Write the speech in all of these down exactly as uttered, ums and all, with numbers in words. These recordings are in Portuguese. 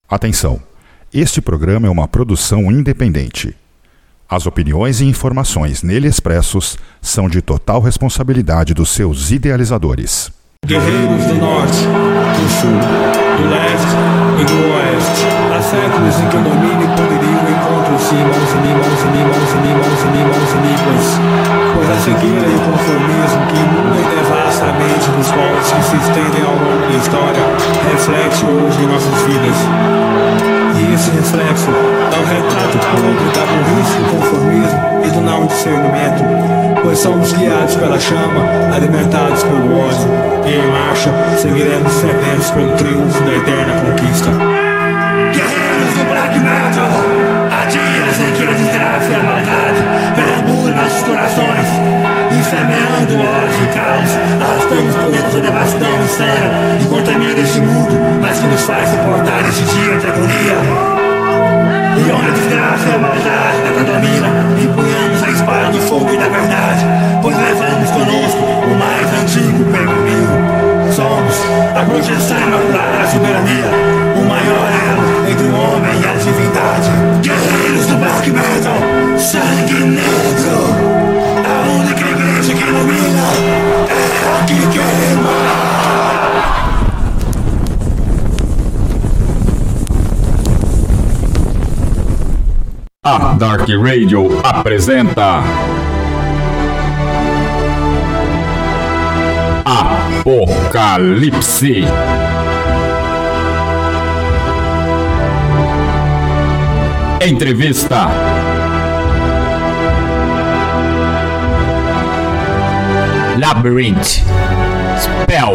Atenção! Este programa é uma produção independente. As opiniões e informações nele expressos são de total responsabilidade dos seus idealizadores. Guerreiros do norte, do sul, do leste e do oeste, há séculos em que o domínio e poderio encontram-se mãos e mãos e mãos e mãos e mãos e mãos, pois a cegueira e o conformismo que inunda e devasta a mente dos povos que se estendem ao longo da história reflete hoje em nossas vidas. E esse reflexo é o retrato podre da burrice, do conformismo e do não discernimento, pois somos guiados pela chama, alimentados pelo ódio, e em marcha seguiremos sedentos pelo triunfo da eterna conquista. Guerreiros do Black Metal, há dias em que a desgraça e a maldade perambula nossos corações, e semeando ódio e caos, arrastamos por dentro da devastão insana, e contamina este mundo, mas que nos faz suportar este dia de agonia. E onde a desgraça e a maldade nada domina, empunhamos a espada do fogo e da verdade, pois levamos conosco o mais antigo pergaminho. Somos a projeção imaculada da soberania, o maior elo entre o homem e a divindade. Guerreiros do Black Metal, sangue negro, a única igreja que ilumina é a que queima. A Dark Radio apresenta Apocalipse. Entrevista. Labyrinth. Spell.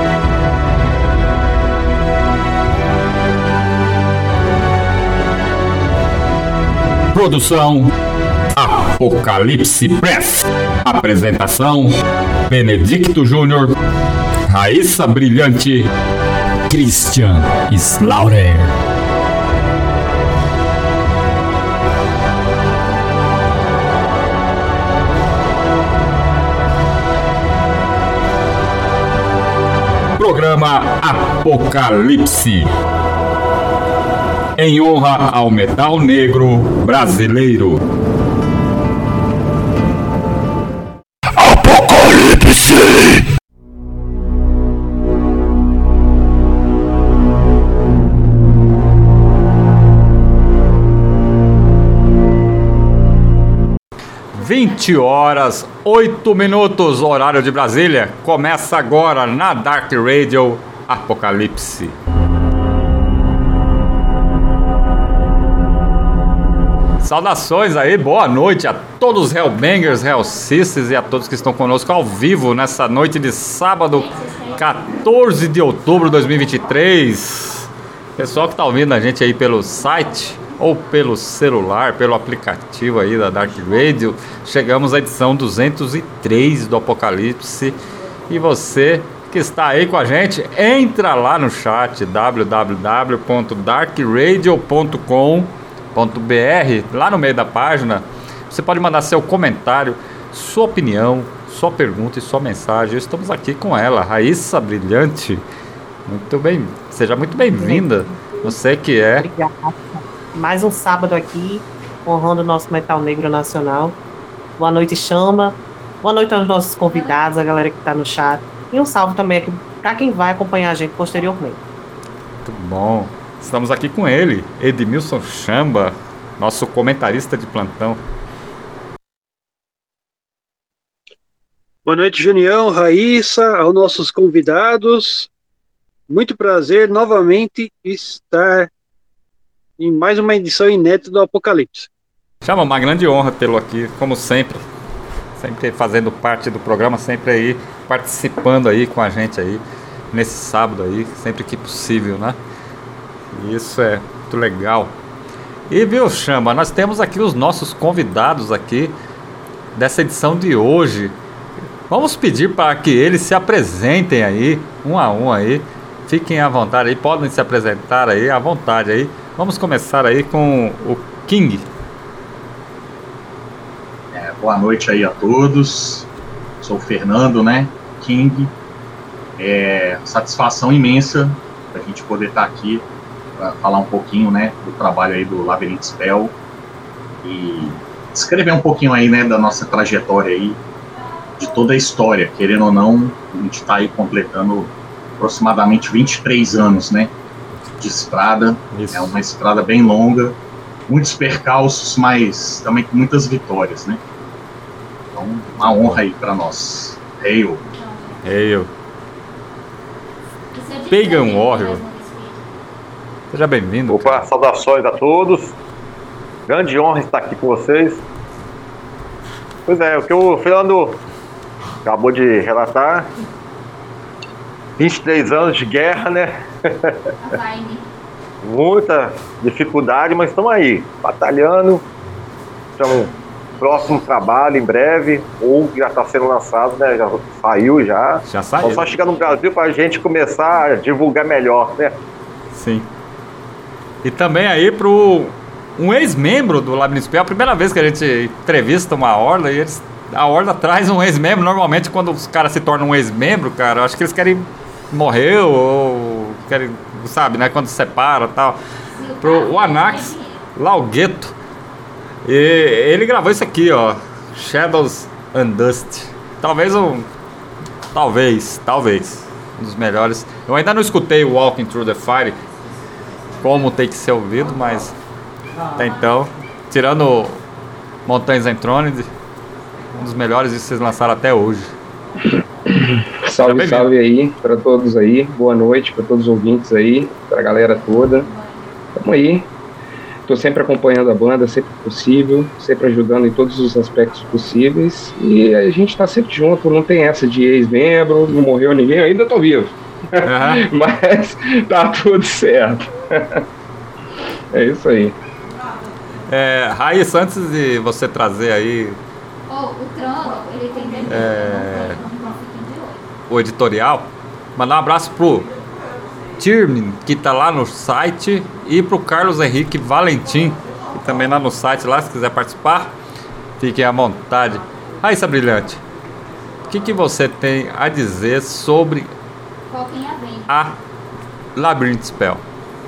Produção Apocalipse Press. Apresentação Benedicto Júnior, Raíssa Brilhante, Christian Slaughter. Programa Apocalipse, em honra ao metal negro brasileiro. Apocalipse! vinte horas, oito minutos, horário de Brasília. Começa agora na Dark Radio Apocalipse. Saudações aí, boa noite a todos os Hellbangers, Hellsisters e a todos que estão conosco ao vivo nessa noite de sábado, quatorze de outubro de dois mil e vinte e três. Pessoal que está ouvindo a gente aí pelo site ou pelo celular, pelo aplicativo aí da Dark Radio, chegamos à edição duzentos e três do Apocalipse. E você que está aí com a gente, entra lá no chat w w w ponto dark radio ponto com ponto b r, lá no meio da página, você pode mandar seu comentário, sua opinião, sua pergunta e sua mensagem. Estamos aqui com ela, Raíssa Brilhante. Muito bem, seja muito bem-vinda. Você que é... Obrigada. Mais um sábado aqui, honrando o nosso metal negro nacional. Boa noite, Chama. Boa noite aos nossos convidados, a galera que está no chat. E um salve também aqui para quem vai acompanhar a gente posteriormente. Muito bom. Estamos aqui com ele, Edmilson Chamba, nosso comentarista de plantão. Boa noite, Junião, Raíssa, aos nossos convidados. Muito prazer novamente estar em mais uma edição inédita do Apocalipse. Chama, uma grande honra tê-lo aqui, como sempre. Sempre fazendo parte do programa, sempre aí, participando aí com a gente aí, nesse sábado aí, sempre que possível, né? Isso é muito legal. E viu, Chama, nós temos aqui os nossos convidados aqui dessa edição de hoje. Vamos pedir para que eles se apresentem aí, um a um aí. Fiquem à vontade aí, podem se apresentar aí à vontade aí. Vamos começar aí com o King. É, boa noite aí a todos. Sou o Fernando, né? King. É, satisfação imensa a gente poder estar aqui para falar um pouquinho, né, do trabalho aí do Labyrinth Spell e descrever um pouquinho aí, né, da nossa trajetória aí, de toda a história, querendo ou não, a gente está aí completando aproximadamente vinte e três anos, né, de estrada. Isso. É uma estrada bem longa, muitos percalços, mas também com muitas vitórias, né. Então, uma honra aí para nós. Hail. Hail. Pagan Warrior. Seja bem-vindo. Opa, cara. Saudações a todos. Grande honra estar aqui com vocês. Pois é, o que o Fernando acabou de relatar. vinte e três anos de guerra, né? Muita dificuldade, mas estamos aí, batalhando. Estamos próximo trabalho em breve, ou já está sendo lançado, né? Já saiu já. Já saiu. Vamos só chegar no Brasil para a gente começar a divulgar melhor, né? Sim. E também aí pro um ex-membro do Labyrinth Spell, a primeira vez que a gente entrevista uma horda, e eles, a horda traz um ex-membro. Normalmente quando os caras se tornam um ex-membro, cara, eu acho que eles querem morrer ou querem, sabe, né? Quando se separa e tal. Pro o Anax Laugueto. E ele gravou isso aqui, ó, Shadows and Dust. Talvez um, talvez, talvez um dos melhores. Eu ainda não escutei o Walking Through the Fire, como tem que ser ouvido, mas até então, tirando Montanhas Enthroned, um dos melhores que vocês lançaram até hoje. Salve, salve aí para todos aí. Boa noite para todos os ouvintes aí, para a galera toda. Tamo aí. Estou sempre acompanhando a banda, sempre possível, sempre ajudando em todos os aspectos possíveis. E a gente está sempre junto, não tem essa de ex-membro, não morreu ninguém, ainda estou vivo. Uhum. Mas tá tudo certo. É isso aí. É, Raíssa, antes de você trazer aí oh, o Trano, ele tem é, o editorial, mandar um abraço pro Tirmin, que tá lá no site, e pro Carlos Henrique Valentim, que também lá no site, lá, se quiser participar, fiquem à vontade. Raíssa Brilhante, o que, que você tem a dizer sobre a Labyrinth Spell?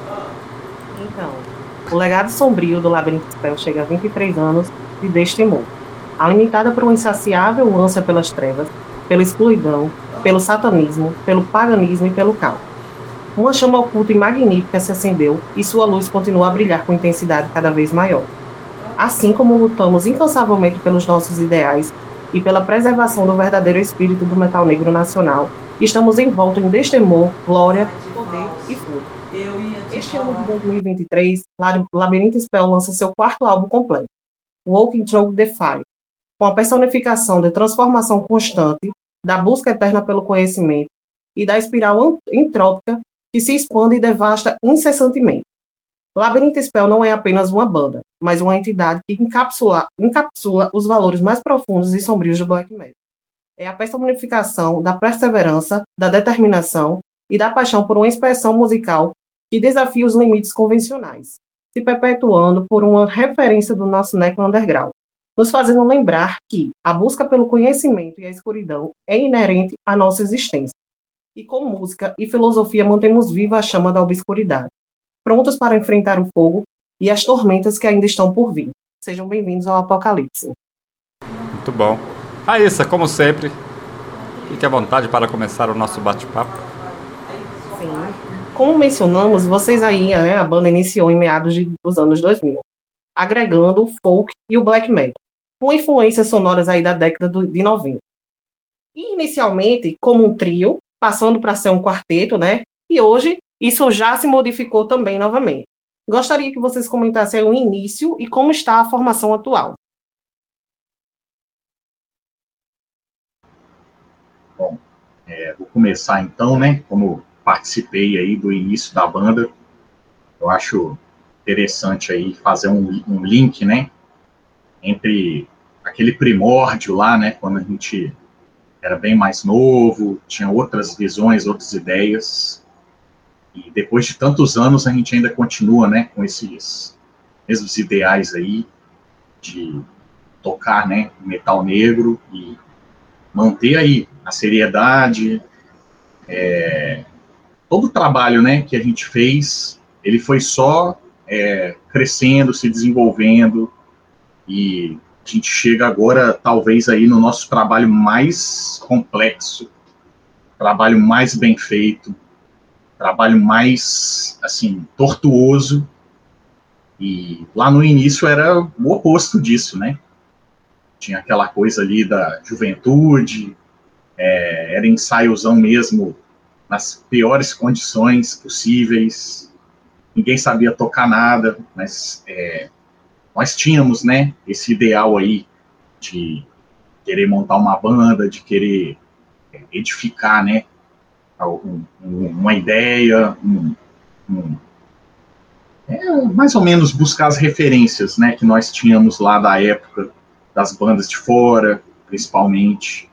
Então, o legado sombrio do Labyrinth Spell chega a vinte e três anos de destemor, alimentada por uma insaciável ânsia pelas trevas, pela escuridão, pelo satanismo, pelo paganismo e pelo caos. Uma chama oculta e magnífica se acendeu e sua luz continua a brilhar com intensidade cada vez maior. Assim como lutamos incansavelmente pelos nossos ideais e pela preservação do verdadeiro espírito do metal negro nacional, estamos envoltos em destemor, glória, poder e fogo. Este ano de dois mil e vinte e três, Labyrinth Spell lança seu quarto álbum completo, Walking Through the Fire, com a personificação da transformação constante, da busca eterna pelo conhecimento e da espiral entrópica que se expande e devasta incessantemente. Labyrinth Spell não é apenas uma banda, mas uma entidade que encapsula, encapsula os valores mais profundos e sombrios do black metal. É a personificação da perseverança, da determinação e da paixão por uma expressão musical que desafia os limites convencionais, se perpetuando por uma referência do nosso necro underground, nos fazendo lembrar que a busca pelo conhecimento e a escuridão é inerente à nossa existência. E com música e filosofia mantemos viva a chama da obscuridade, prontos para enfrentar o fogo e as tormentas que ainda estão por vir. Sejam bem-vindos ao Apocalipse. Muito bom. Raíssa, como sempre, fique à vontade para começar o nosso bate-papo. Sim. Como mencionamos, vocês aí, né, a banda iniciou em meados de, dos anos dois mil, agregando o folk e o black metal, com influências sonoras aí da década do, de noventa. E inicialmente como um trio, passando para ser um quarteto, né? E hoje isso já se modificou também novamente. Gostaria que vocês comentassem o início e como está a formação atual. Bom, é, vou começar então, né? Como participei aí do início da banda, eu acho interessante aí fazer um, um link, né? Entre aquele primórdio lá, né? Quando a gente era bem mais novo, tinha outras visões, outras ideias, e depois de tantos anos a gente ainda continua, né, com esses mesmos ideais aí, de tocar, né, metal negro, e manter aí a seriedade, é, todo o trabalho, né, que a gente fez, ele foi só é, crescendo, se desenvolvendo, e a gente chega agora, talvez, aí no nosso trabalho mais complexo, trabalho mais bem feito, trabalho mais, assim, tortuoso, e lá no início era o oposto disso, né? Tinha aquela coisa ali da juventude, é, era ensaiozão mesmo, nas piores condições possíveis, ninguém sabia tocar nada, mas é, nós tínhamos, né, esse ideal aí de querer montar uma banda, de querer edificar, né, um, um, uma ideia, um, um, é, mais ou menos buscar as referências, né, que nós tínhamos lá da época, das bandas de fora, principalmente,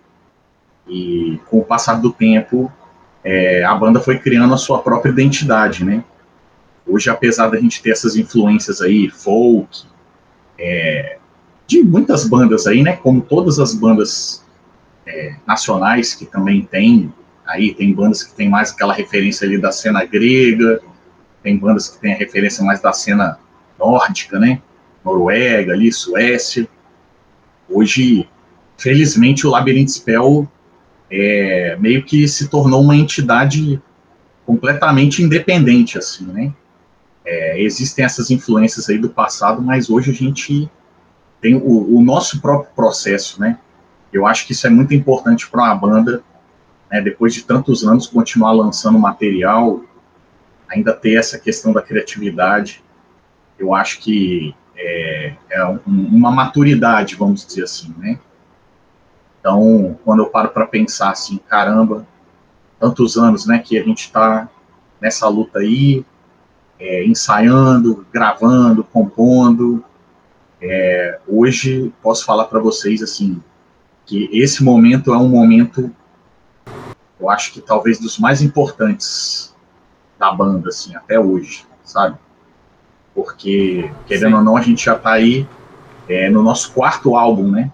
e com o passar do tempo, é, a banda foi criando a sua própria identidade, né. Hoje, apesar da gente ter essas influências aí, folk, é, de muitas bandas aí, né, como todas as bandas é, nacionais que também tem, aí tem bandas que tem mais aquela referência ali da cena grega, tem bandas que tem a referência mais da cena nórdica, né, Noruega ali, Suécia. Hoje, felizmente, o Labyrinth Spell é, meio que se tornou uma entidade completamente independente, assim, né? É, existem essas influências aí do passado, mas hoje a gente tem o, o nosso próprio processo, né? Eu acho que isso é muito importante para uma banda, né, depois de tantos anos, continuar lançando material, ainda ter essa questão da criatividade. Eu acho que é, é um, uma maturidade, vamos dizer assim, né? Então, quando eu paro para pensar assim, caramba, tantos anos, né, que a gente está nessa luta aí, é, ensaiando, gravando, compondo, é, hoje posso falar para vocês, assim, que esse momento é um momento, eu acho que talvez dos mais importantes da banda, assim, até hoje, sabe? Porque, querendo Sim. ou não, a gente já está aí é, no nosso quarto álbum, né?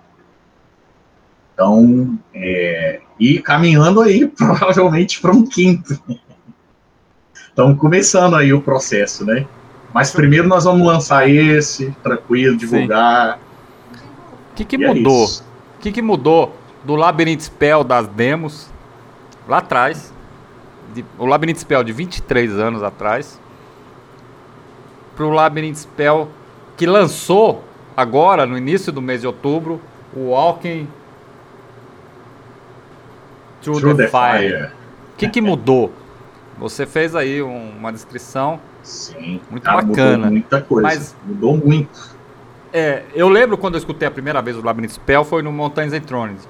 Então, é, e caminhando aí, provavelmente, para um quinto. Estamos começando aí o processo, né? Mas primeiro nós vamos lançar esse, tranquilo, divulgar. O que, que mudou? O que, que mudou do Labyrinth Spell das demos, lá atrás, de, o Labyrinth Spell de vinte e três anos atrás, para o Labyrinth Spell que lançou agora, no início do mês de outubro, o Walking Through, Through the, the Fire. O que, que mudou? Você fez aí um, uma descrição Sim, muito cara, bacana. Mudou muita coisa, mas, mudou muito. É, eu lembro quando eu escutei a primeira vez o Labyrinth Spell, foi no Mountains and Thrones.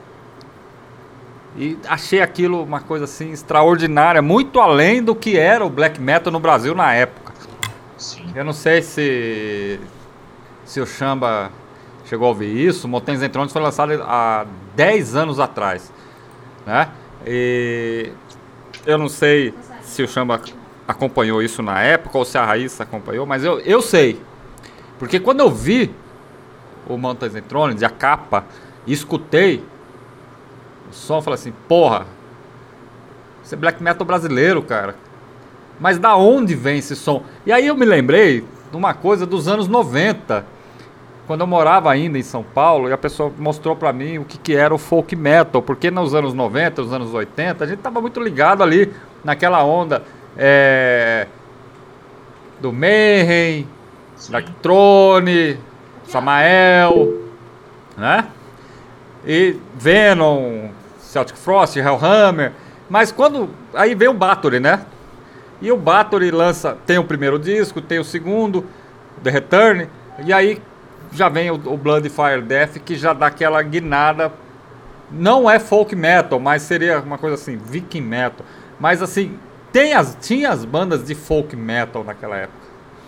E achei aquilo uma coisa assim extraordinária, muito além do que era o black metal no Brasil na época. Sim. Eu não sei se, se o Chamba chegou a ouvir isso. O Mountains and Thrones foi lançado há dez anos atrás, né? E eu não sei se o Chamba acompanhou isso na época ou se a Raíssa acompanhou, mas eu, eu sei. Porque quando eu vi o Mountains and Thrones, a capa, e escutei o som, eu falei assim, porra, isso é black metal brasileiro, cara. Mas da onde vem esse som? E aí eu me lembrei de uma coisa dos anos noventa, quando eu morava ainda em São Paulo, e a pessoa mostrou pra mim o que, que era o folk metal, porque nos anos noventa, nos anos oitenta, a gente tava muito ligado ali naquela onda é, do Mayhem, Dark Throne, Samael, né? E Venom, Celtic Frost, Hellhammer. Mas quando... Aí vem o Bathory, né? E o Bathory lança... Tem o primeiro disco, tem o segundo, The Return. E aí já vem o, o Blood, Fire, Death, que já dá aquela guinada. Não é folk metal, mas seria uma coisa assim, viking metal. Mas assim, tem as, tinha as bandas de folk metal naquela época.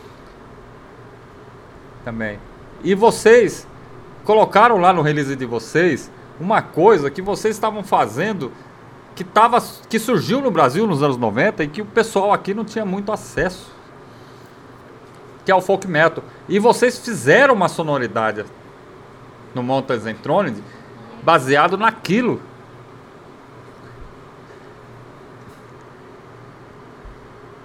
Também. E vocês colocaram lá no release de vocês uma coisa que vocês estavam fazendo que, tava, que surgiu no Brasil nos anos noventa e que o pessoal aqui não tinha muito acesso, que é o folk metal. E vocês fizeram uma sonoridade no Mountains and Thrones baseado naquilo.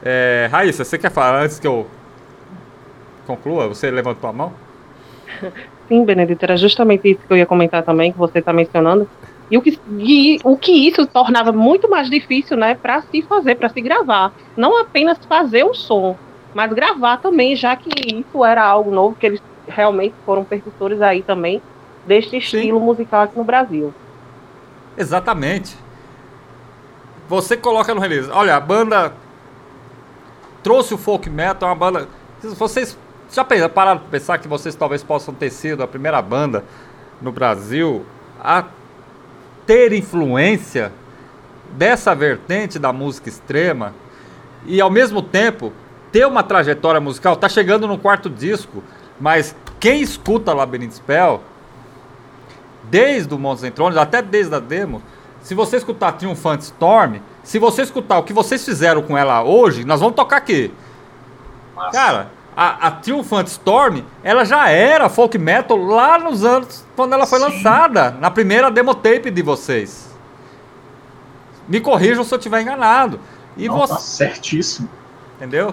É, Raíssa, você quer falar antes que eu conclua? Você levantou a mão? Sim, Benedito, era justamente isso que eu ia comentar também, que você está mencionando. E o que, e o que isso tornava muito mais difícil, né, para se fazer, para se gravar. Não apenas fazer o som, mas gravar também, já que isso era algo novo, que eles realmente foram percussores aí também deste estilo Sim. musical aqui no Brasil. Exatamente. Você coloca no release. Olha, a banda trouxe o folk metal, uma banda... Vocês já pararam para pensar que vocês talvez possam ter sido a primeira banda no Brasil a ter influência dessa vertente da música extrema e ao mesmo tempo ter uma trajetória musical? Tá chegando no quarto disco, mas quem escuta Labyrinth Spell, desde o Monsters and Thrones, até desde a demo, se você escutar Triumphant Storm, se você escutar o que vocês fizeram com ela hoje, nós vamos tocar aqui. Nossa. Cara, a, a Triumphant Storm, ela já era folk metal lá nos anos quando ela foi Sim. lançada, na primeira demo tape de vocês. Me corrijam se eu estiver enganado. E Não, você... tá certíssimo. Entendeu?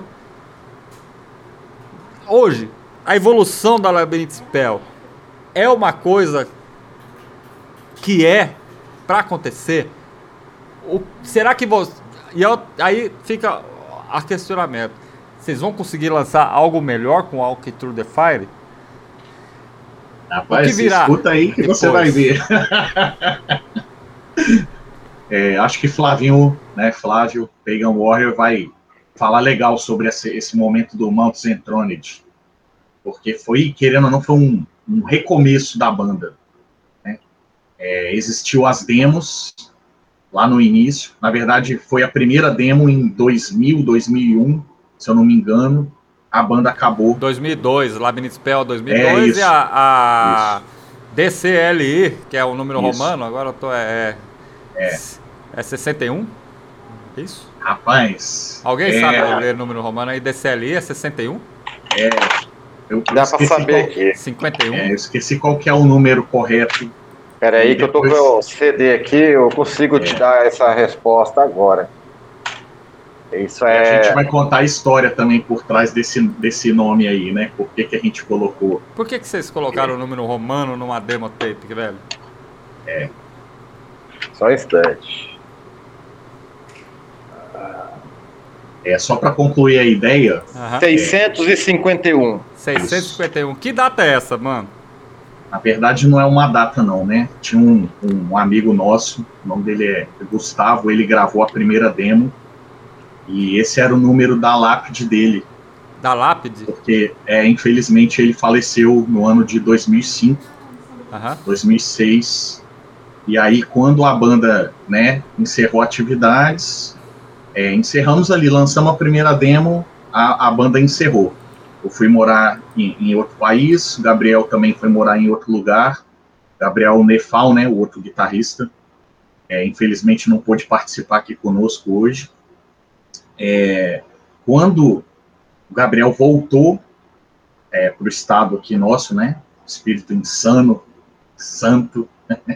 Hoje, a evolução da Labyrinth Spell é uma coisa que é para acontecer. O, será que você... E eu, aí fica a questionamento. Vocês vão conseguir lançar algo melhor com Walk Through the Fire? Rapaz, o que virá escuta aí que depois? Você vai ver. é, acho que Flavinho, né, Flávio, Pagan Warrior, vai falar legal sobre esse, esse momento do Mountains Enthroned. Porque foi, querendo ou não, foi um, um recomeço da banda. Né? É, existiu as demos lá no início. Na verdade, foi a primeira demo em dois mil, dois mil e um, se eu não me engano. A banda acabou. dois mil e dois, Labyrinth Spell dois mil e dois, é, e a, a D C L I, que é o número isso. romano, agora eu tô, é, é, é sessenta e um? Isso? Rapaz. Alguém é... sabe ler o número romano aí? D C L I é sessenta e um? É. Eu, Dá pra saber qual, aqui. cinquenta e um. É, eu esqueci qual que é o número correto. Pera aí que depois... eu tô com o C D aqui, eu consigo é. te dar essa resposta agora. Isso é... A gente vai contar a história também por trás desse, desse nome aí, né? Por que, que a gente colocou. Por que, que vocês colocaram é. o número romano numa demo tape, velho? É. Só um instante. É, só para concluir a ideia... Uhum. seiscentos e cinquenta e um. seiscentos e cinquenta e um. Isso. Que data é essa, mano? Na verdade, não é uma data, não, né? Tinha um, um amigo nosso, o nome dele é Gustavo, ele gravou a primeira demo. E esse era o número da lápide dele. Da lápide? Porque, é, infelizmente, ele faleceu no ano de dois mil e cinco, uhum. dois mil e seis. E aí, quando a banda, né, encerrou atividades, é, encerramos ali, lançamos a primeira demo, a, a banda encerrou. Eu fui morar em, em outro país, o Gabriel também foi morar em outro lugar. Gabriel Nefal, né, o outro guitarrista, é, infelizmente não pôde participar aqui conosco hoje. É, quando o Gabriel voltou é, para o estado aqui nosso, né, espírito insano, santo,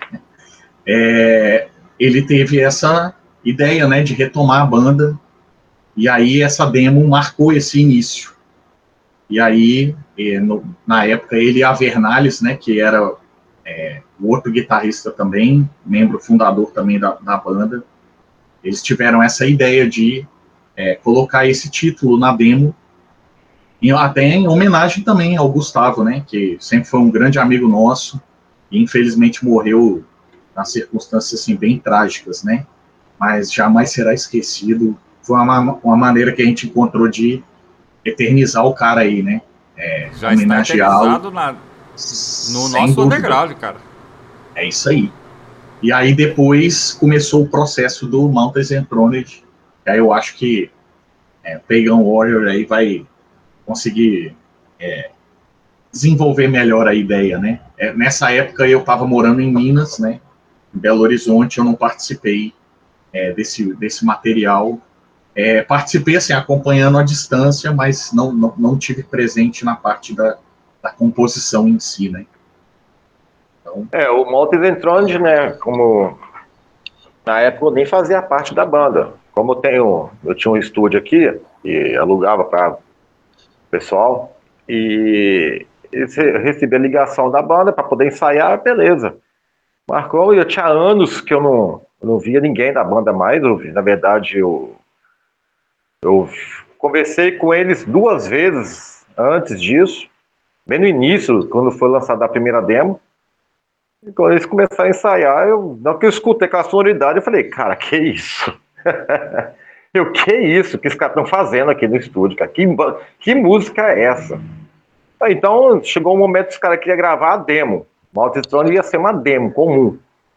é, ele teve essa ideia, né, de retomar a banda, e aí essa demo marcou esse início. E aí, é, no, na época, ele e a Vernales, né, que era é, o outro guitarrista também, membro fundador também da, da banda, eles tiveram essa ideia de É, colocar esse título na demo, e até em homenagem também ao Gustavo, né, que sempre foi um grande amigo nosso, e infelizmente morreu nas circunstâncias assim, bem trágicas, né, mas jamais será esquecido. Foi uma, uma maneira que a gente encontrou de eternizar o cara aí, né, é, já está eternizado na, no nosso dúvida. Underground, cara. É isso aí. E aí depois começou o processo do Mountains Enthroned. Aí eu acho que é, Pagan Warrior aí vai conseguir é, desenvolver melhor a ideia, né? É, nessa época eu estava morando em Minas, né? Em Belo Horizonte, eu não participei é, desse, desse material. É, participei, assim, acompanhando à distância, mas não, não, não tive presente na parte da, da composição em si, né? Então... É, o Mountains Enthroned, né? Como na época eu nem fazia parte da banda. Como eu tenho, eu tinha um estúdio aqui, e alugava para pessoal, e recebi a ligação da banda para poder ensaiar, beleza. Marcou, e eu tinha anos que eu não, eu não via ninguém da banda mais, eu, na verdade eu, eu conversei com eles duas vezes antes disso, bem no início, quando foi lançada a primeira demo, e quando eles começaram a ensaiar, eu, na hora que eu escutei aquela sonoridade, eu falei, cara, que isso? eu, que isso que os caras estão fazendo aqui no estúdio, cara? Que, que música é essa? Então, chegou um momento que os caras queriam gravar a demo. Multitronic ia ser uma demo comum.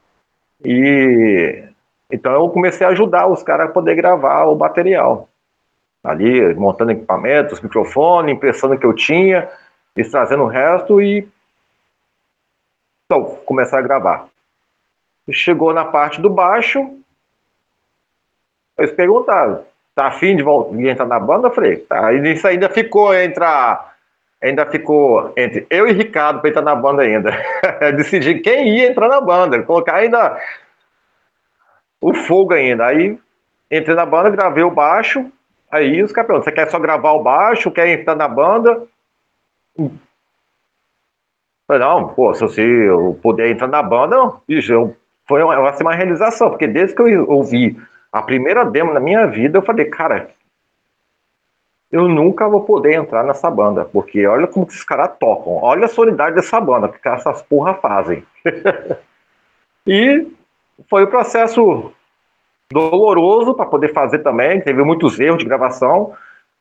E então eu comecei a ajudar os caras a poder gravar o material. Ali, montando equipamentos, microfone, impressando o que eu tinha, eles trazendo o resto e então, começar a gravar. Chegou na parte do baixo, eles perguntaram, tá afim de, voltar, de entrar na banda? Eu falei, tá. E isso ainda ficou entre a, ainda ficou entre eu e Ricardo para entrar na banda ainda. Decidi quem ia entrar na banda, colocar ainda o fogo ainda. Aí entrei na banda, gravei o baixo. Aí os caras perguntam, você quer só gravar o baixo, quer entrar na banda? Eu falei, não, pô, se eu puder entrar na banda, bicho, eu, foi uma, vai ser uma realização, porque desde que eu ouvi a primeira demo na minha vida, eu falei, cara, eu nunca vou poder entrar nessa banda, porque olha como que esses caras tocam, olha a sonoridade dessa banda, que essas porra fazem. E foi um processo doloroso para poder fazer também, teve muitos erros de gravação,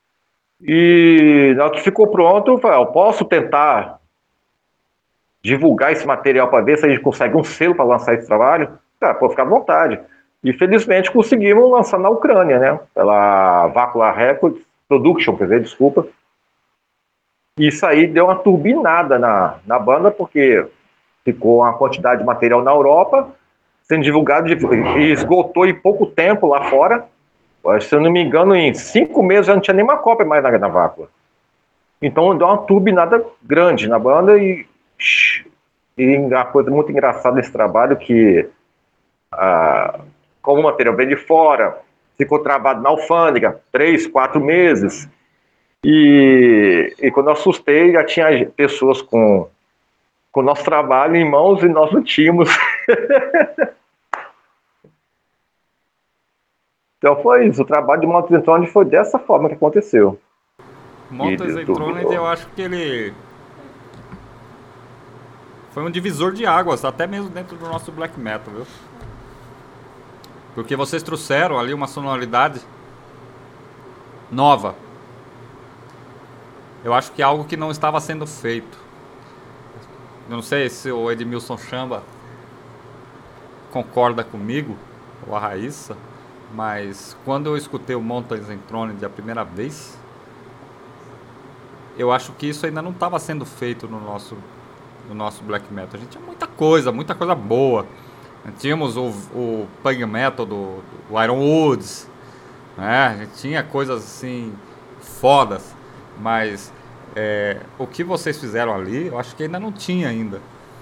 e na hora que ficou pronto, eu falei, eu posso tentar divulgar esse material para ver se a gente consegue um selo para lançar esse trabalho? Cara, pode ficar à vontade. E felizmente conseguimos lançar na Ucrânia, né? Pela Vácula Records, Production, quer dizer, desculpa. E isso aí deu uma turbinada na, na banda, porque ficou uma quantidade de material na Europa, sendo divulgado e esgotou em pouco tempo lá fora. Se eu não me engano, em cinco meses já não tinha nenhuma cópia mais na, na Vácula. Então deu uma turbinada grande na banda e, e uma coisa muito engraçada nesse trabalho que ah, como o material veio de fora, ficou travado na alfândega, três, quatro meses. E, e quando eu assustei, já tinha pessoas com o nosso trabalho em mãos e nós não tínhamos. Então foi isso, o trabalho de Mountains and Thrones foi dessa forma que aconteceu. Mountains and Thrones, eu acho que ele foi um divisor de águas, até mesmo dentro do nosso black metal, viu? Porque vocês trouxeram ali uma sonoridade nova. Eu acho que é algo que não estava sendo feito. Eu não sei se o Edmilson Chamba concorda comigo, ou a Raíssa, mas quando eu escutei o Mountains and Thrones a primeira vez, eu acho que isso ainda não estava sendo feito no nosso, no nosso black metal. A gente tinha muita coisa, muita coisa boa. Tínhamos o, o punk metal do, do Iron Woods, né? A gente tinha coisas assim fodas, mas é, o que vocês fizeram ali, eu acho que ainda não tinha ainda.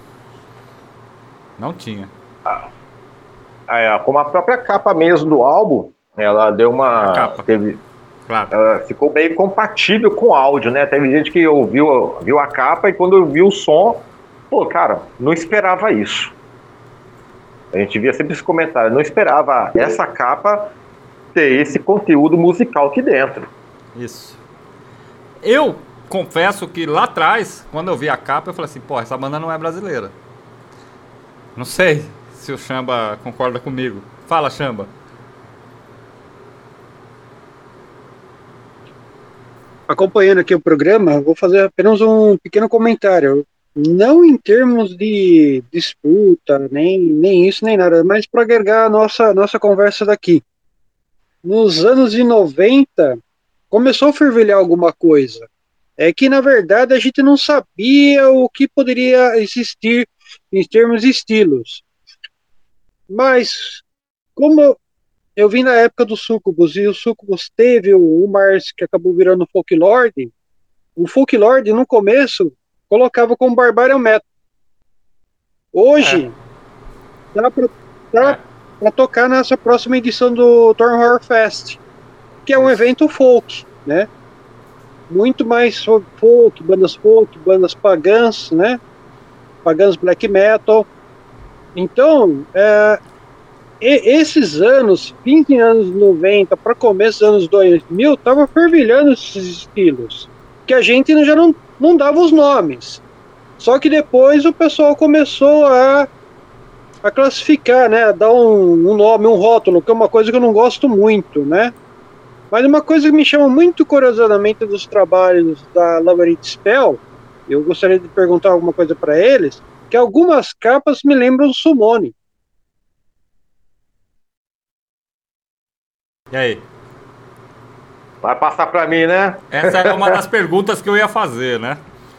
Não tinha. Ah, é, como a própria capa mesmo do álbum, ela deu uma... A capa. Teve, claro. Ela ficou meio compatível com o áudio, né? Teve gente que ouviu, viu a capa e quando ouviu o som, pô, cara, não esperava isso. A gente via sempre esse comentário, não esperava essa capa ter esse conteúdo musical aqui dentro. Isso. Eu confesso que lá atrás, quando eu vi a capa, eu falei assim, pô, essa banda não é brasileira. Não sei se o Chamba concorda comigo. Fala, Chamba. Acompanhando aqui o programa, vou fazer apenas um pequeno comentário. Não em termos de disputa, nem, nem isso, nem nada, mas para agregar a nossa, nossa conversa daqui. Nos anos de noventa, começou a fervilhar alguma coisa. É que, na verdade, a gente não sabia o que poderia existir em termos de estilos. Mas, como eu vim na época do Sucubus, e o Sucubus teve o Mars, que acabou virando o Folklord, o Folklord, no começo, colocava como Barbarian Metal. Hoje, é. dá para dá é. tocar nessa próxima edição do Thorn Horror Fest, que é um evento folk. né? Muito mais folk, bandas folk, bandas pagãs, né? Pagãs black metal. Então, é, e, esses anos, fim de anos noventa para começo dos anos dois mil, tava fervilhando esses estilos, que a gente já não, não dava os nomes. Só que depois o pessoal começou a, a classificar, né? A dar um, um nome, um rótulo, que é uma coisa que eu não gosto muito, né? Mas uma coisa que me chama muito curiosamente dos trabalhos da Labyrinth Spell, eu gostaria de perguntar alguma coisa para eles, que algumas capas me lembram do Summoning. E aí? Vai passar para mim, né? Essa é uma das perguntas que eu ia fazer, né?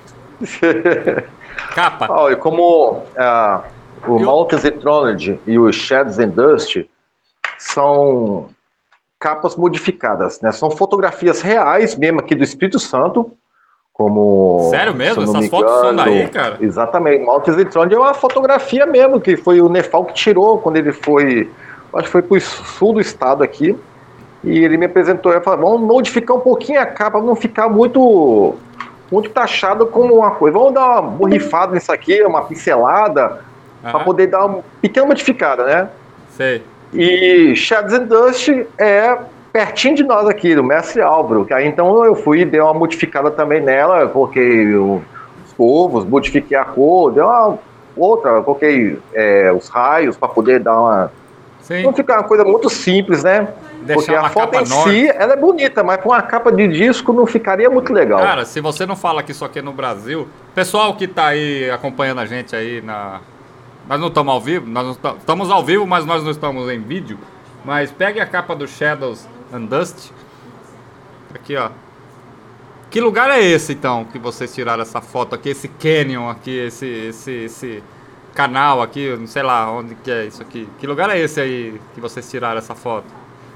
Capa. Olha, como uh, o eu... Mountains and Throne e o Shadows and Dust são capas modificadas, né? São fotografias reais mesmo aqui do Espírito Santo, como... Sério mesmo? Essas fotos são daí, cara? Exatamente. Mountains and Throne é uma fotografia mesmo, que foi o Nefal que tirou quando ele foi... Acho que foi pro sul do estado aqui, e ele me apresentou e falou, vamos modificar um pouquinho a capa, não ficar muito... muito taxado como uma coisa. Vamos dar uma borrifada nisso aqui, uma pincelada, uhum. para poder dar uma pequena modificada, né? Sei. E Shadows and Dust é pertinho de nós aqui, do Mestre Álvaro. Que aí então eu fui e dei uma modificada também nela, coloquei os povos, modifiquei a cor, dei uma outra, coloquei é, os raios para poder dar uma... Sim. Não ficar uma coisa muito simples, né? Deixar porque a foto em si, ela é bonita, mas com uma capa de disco não ficaria muito legal. Cara, se você não fala que isso aqui é no Brasil, pessoal que tá aí acompanhando a gente aí na... Nós não estamos ao vivo, nós não estamos ao vivo, mas nós não estamos em vídeo. Mas pegue a capa do Shadows and Dust. Aqui, ó. Que lugar é esse, então, que vocês tiraram essa foto aqui? Esse canyon aqui, esse, esse, esse canal aqui, não sei lá onde que é isso aqui. Que lugar é esse aí que vocês tiraram essa foto?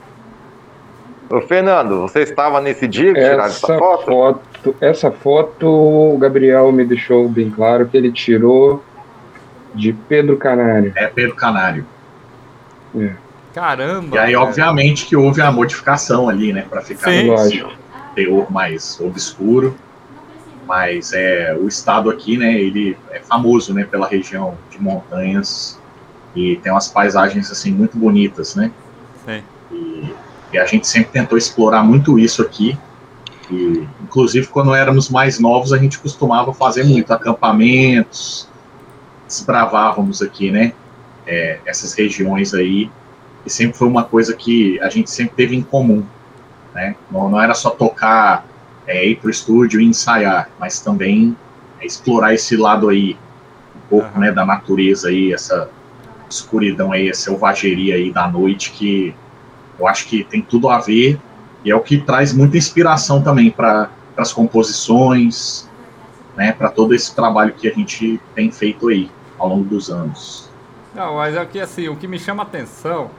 Ô, Fernando, você estava nesse dia que tiraram essa, essa foto? foto? Essa foto, o Gabriel me deixou bem claro que ele tirou de Pedro Canário. É, Pedro Canário. É. Caramba! E aí, cara. obviamente, que houve a modificação ali, né? Para ficar Sim, esse teor mais obscuro. Mas é, o estado aqui, né? Ele é famoso, né? Pela região de montanhas. E tem umas paisagens, assim, muito bonitas, né? Sim. E, e a gente sempre tentou explorar muito isso aqui. E, inclusive, quando éramos mais novos, a gente costumava fazer muito acampamentos, desbravávamos aqui, né, é, essas regiões aí, e sempre foi uma coisa que a gente sempre teve em comum, né, não, não era só tocar, é, ir pro estúdio e ensaiar, mas também é, explorar esse lado aí, um pouco, uhum. né, da natureza aí, essa escuridão aí, essa selvageria aí da noite, que eu acho que tem tudo a ver, e é o que traz muita inspiração também para as composições, né, para todo esse trabalho que a gente tem feito aí ao longo dos anos. Não, mas é que assim, o que me chama a atenção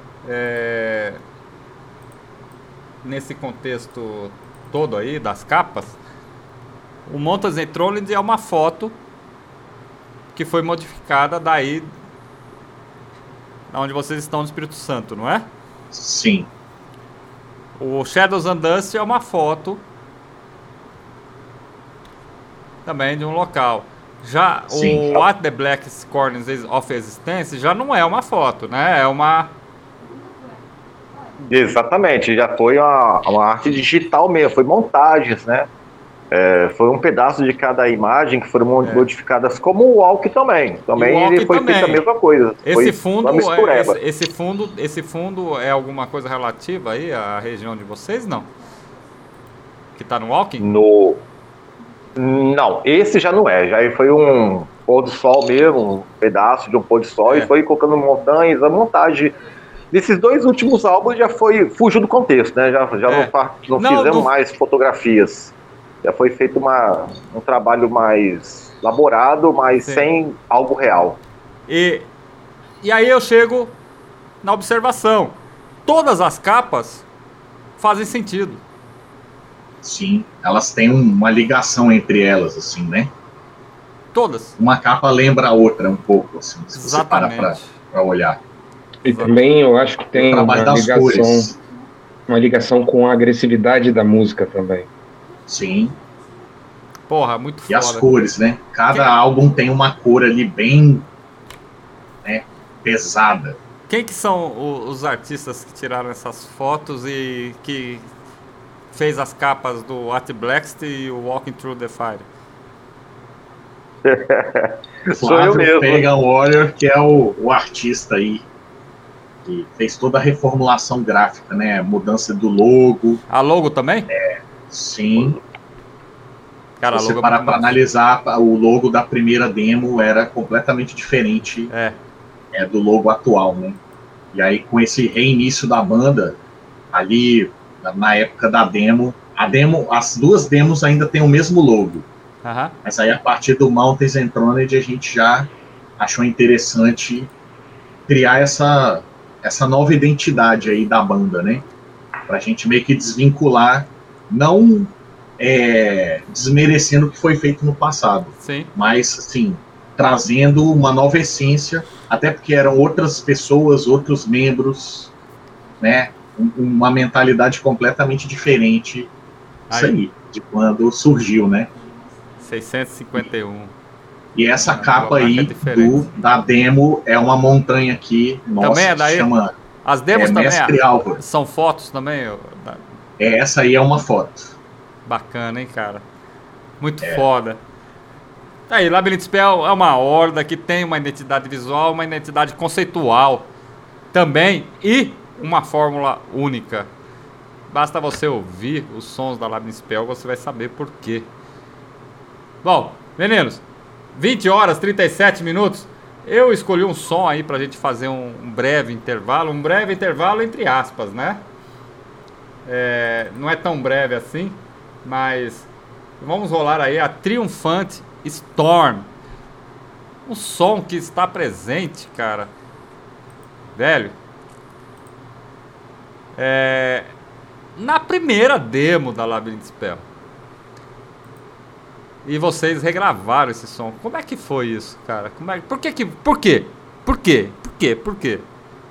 é, nesse contexto todo aí das capas, o Mountains and Throne é uma foto que foi modificada daí onde vocês estão no Espírito Santo, não é? Sim. O Shadows and Dust é uma foto também de um local. Já Sim. o At the Black Corners of Existence já não é uma foto, né? É uma... Exatamente, já foi uma, uma arte digital mesmo, foi montagens, né? É, foi um pedaço de cada imagem que foram é. modificadas, como o Walk também. Também Walk ele foi também. feito a mesma coisa. Esse foi fundo, é, esse, esse fundo, esse fundo é alguma coisa relativa aí à região de vocês, não? Que tá no Walking? No... Não, esse já não é, já foi um pôr do sol mesmo, um pedaço de um pôr do sol, é. e foi colocando montanhas, a montagem desses dois últimos álbuns já foi, fugiu do contexto, né, já, já é. não, não, não fizemos do... mais fotografias, já foi feito uma, um trabalho mais elaborado, mas Sim. sem algo real. E, e aí eu chego na observação, todas as capas fazem sentido. Sim, elas têm uma ligação entre elas, assim, né? Todas. Uma capa lembra a outra um pouco, assim, se você parar pra, pra olhar. E também eu acho que tem uma ligação... uma ligação com a agressividade da música também. Sim. Porra, muito foda. E as cores, né? Cada Quem... álbum tem uma cor ali bem, né, pesada. Quem que são os artistas que tiraram essas fotos e que fez as capas do Art Blackst e o Walking Through the Fire? Sou eu mesmo. Pagan Warrior, que é o, o artista aí que fez toda a reformulação gráfica, né? Mudança do logo. A logo também? É, sim. Cara, Se você logo parar é para analisar, o logo da primeira demo era completamente diferente é. É, do logo atual, né? E aí, com esse reinício da banda, ali, na época da demo, a demo, as duas demos ainda tem o mesmo logo. Uhum. Mas aí, a partir do Mountains and Throned, a gente já achou interessante criar essa, essa nova identidade aí da banda, né? Pra gente meio que desvincular, não é, desmerecendo o que foi feito no passado, sim, mas, assim, trazendo uma nova essência, até porque eram outras pessoas, outros membros, né? Um, uma mentalidade completamente diferente, isso aí, aí de quando surgiu, né? seiscentos e cinquenta e um. E essa capa aí do, da demo é uma montanha aqui, nossa, também é daí? Chama As demos é, também Mestre é, Álvaro. São fotos também? É, essa aí é uma foto. Bacana, hein, cara? Muito é. foda. Aí, Labyrinth Spell é uma horda que tem uma identidade visual, uma identidade conceitual também e uma fórmula única. Basta você ouvir os sons da Labyrinth Spell, você vai saber por quê. Bom, meninos, vinte horas e trinta e sete minutos. Eu escolhi um som aí pra gente fazer um, um breve intervalo. Um breve intervalo entre aspas, né? É, não é tão breve assim, mas vamos rolar aí a triunfante Storm. Um som que está presente, cara. Velho. É, na primeira demo da Labyrinth Spell. E vocês regravaram esse som. Como é que foi isso, cara? Como é, por que que... Por quê? Por quê? Por quê? Por quê?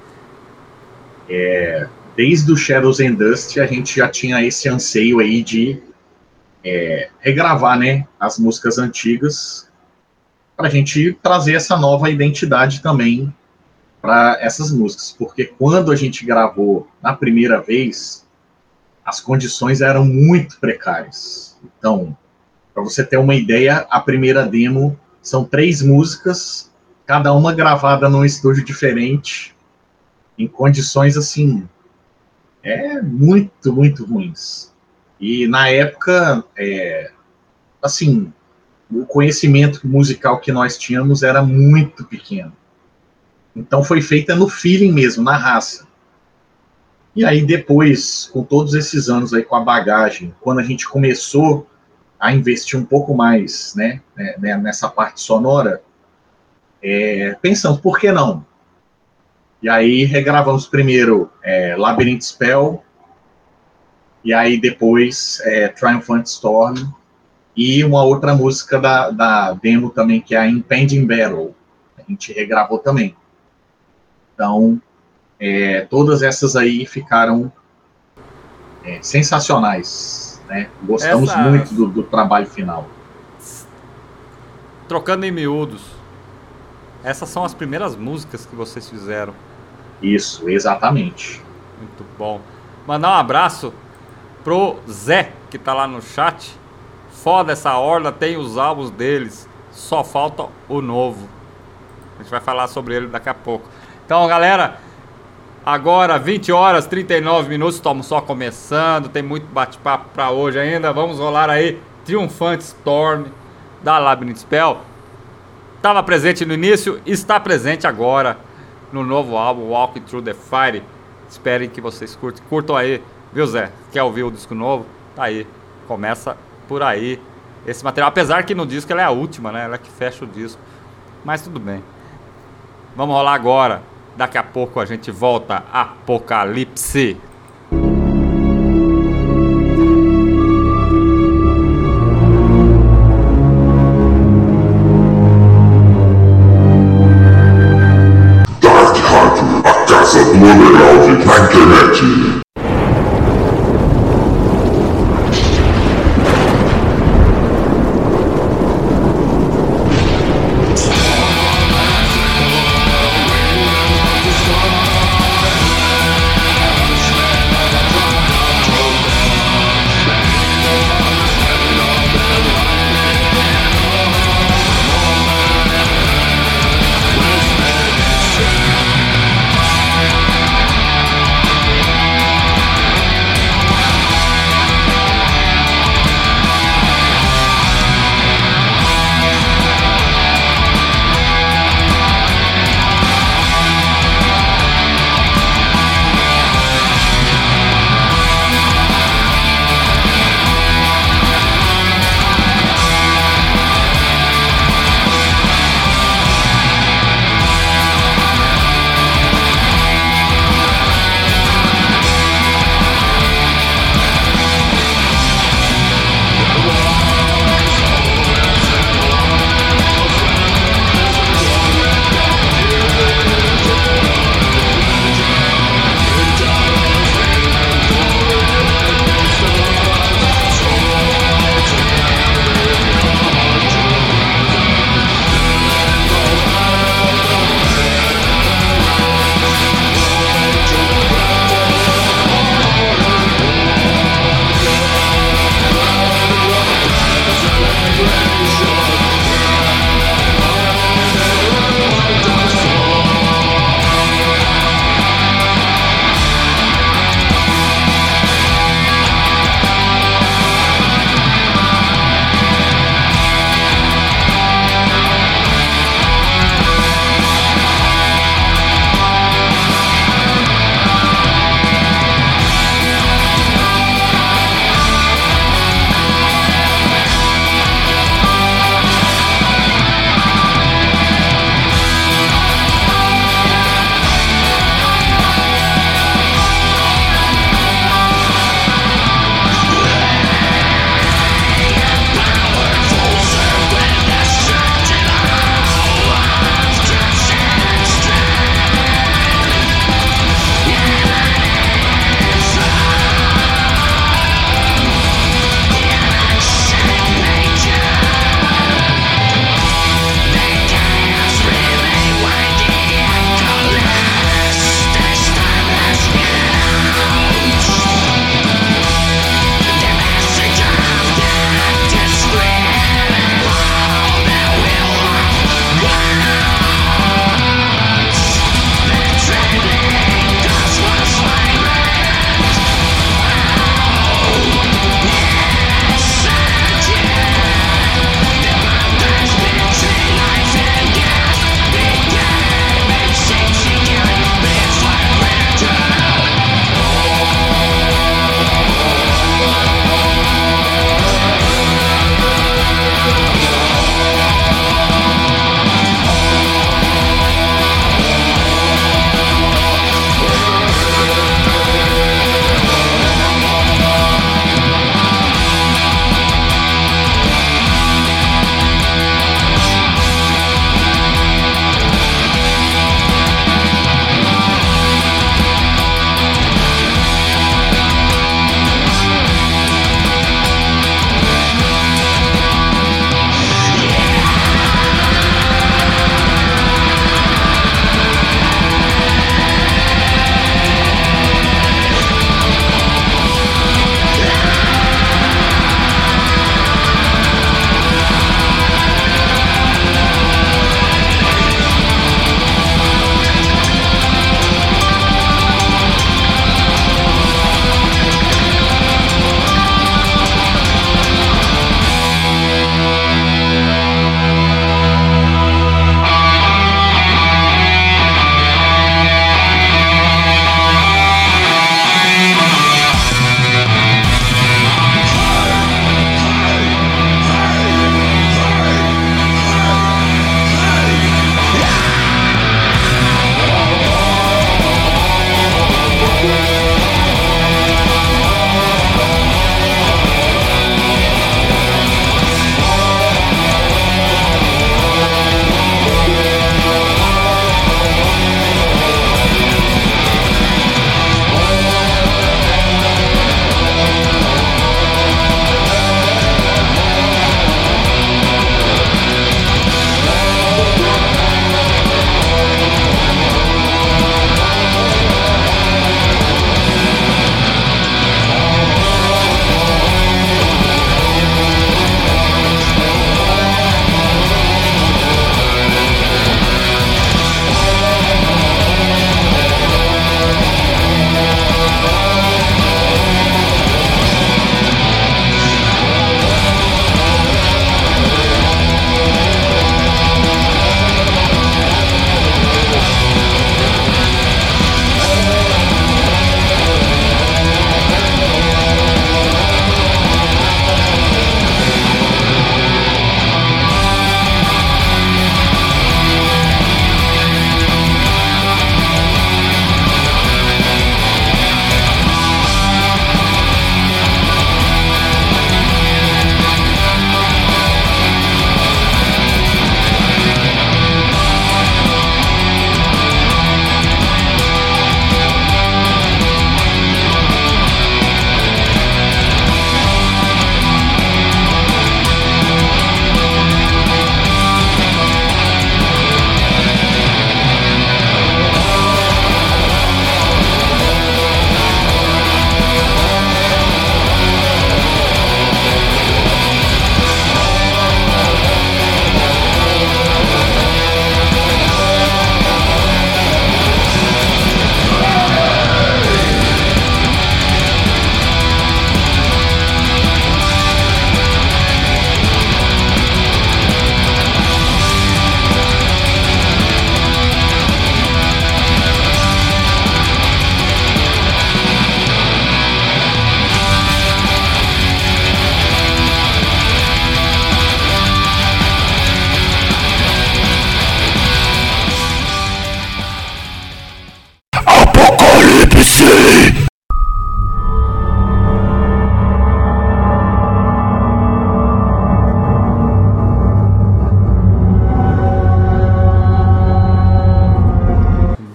É, desde o Shadows and Dust, a gente já tinha esse anseio aí de é, regravar, né, as músicas antigas para a gente trazer essa nova identidade também para essas músicas. Porque quando a gente gravou na primeira vez, as condições eram muito precárias. Então... Para você ter uma ideia, a primeira demo são três músicas, cada uma gravada num estúdio diferente, em condições, assim, é muito, muito ruins. E, na época, é, assim, o conhecimento musical que nós tínhamos era muito pequeno. Então, foi feita no feeling mesmo, na raça. E aí, depois, com todos esses anos aí, com a bagagem, quando a gente começou a investir um pouco mais, né, né, nessa parte sonora, é, pensando, por que não? E aí regravamos primeiro é, Labyrinth Spell, e aí depois é, Triumphant Storm, e uma outra música da, da demo também, que é a Impending Battle, a gente regravou também. Então, é, todas essas aí ficaram é, sensacionais. Né? Gostamos Essa... muito do, do trabalho final. Trocando em miúdos, essas são as primeiras músicas que vocês fizeram. Isso, exatamente. Muito bom. Mandar um abraço pro Zé, que tá lá no chat. Foda essa horda, tem os álbuns deles, só falta o novo. A gente vai falar sobre ele daqui a pouco. Então, galera, agora vinte horas e trinta e nove minutos, estamos só começando, tem muito bate-papo para hoje ainda. Vamos rolar aí Triumphant Storm da Labyrinth Spell. Estava presente no início, está presente agora no novo álbum Walking Through the Fire. Esperem que vocês curtem, curtam aí, viu, Zé? Quer ouvir o disco novo? Tá aí, começa por aí esse material, apesar que no disco ela é a última, né? Ela é que fecha o disco, mas tudo bem. Vamos rolar agora. Daqui a pouco a gente volta. Apocalipse. Dark Hunter, a casa do underground na internet.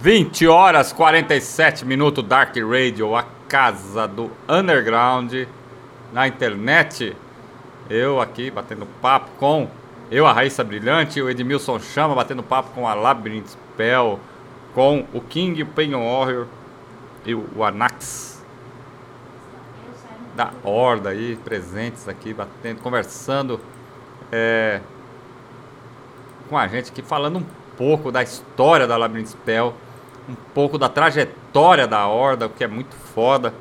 vinte horas e quarenta e sete minutos, Dark Radio, a casa do underground na internet. Eu aqui batendo papo com... Eu, a Raíssa Brilhante, o Edmilson Chama, batendo papo com a Labyrinth Spell, com o King, o Pagan Warrior e o Anax da Horda aí, presentes aqui, batendo, conversando é, com a gente aqui, falando um pouco da história da Labyrinth Spell, um pouco da trajetória da Horda, o que é muito foda.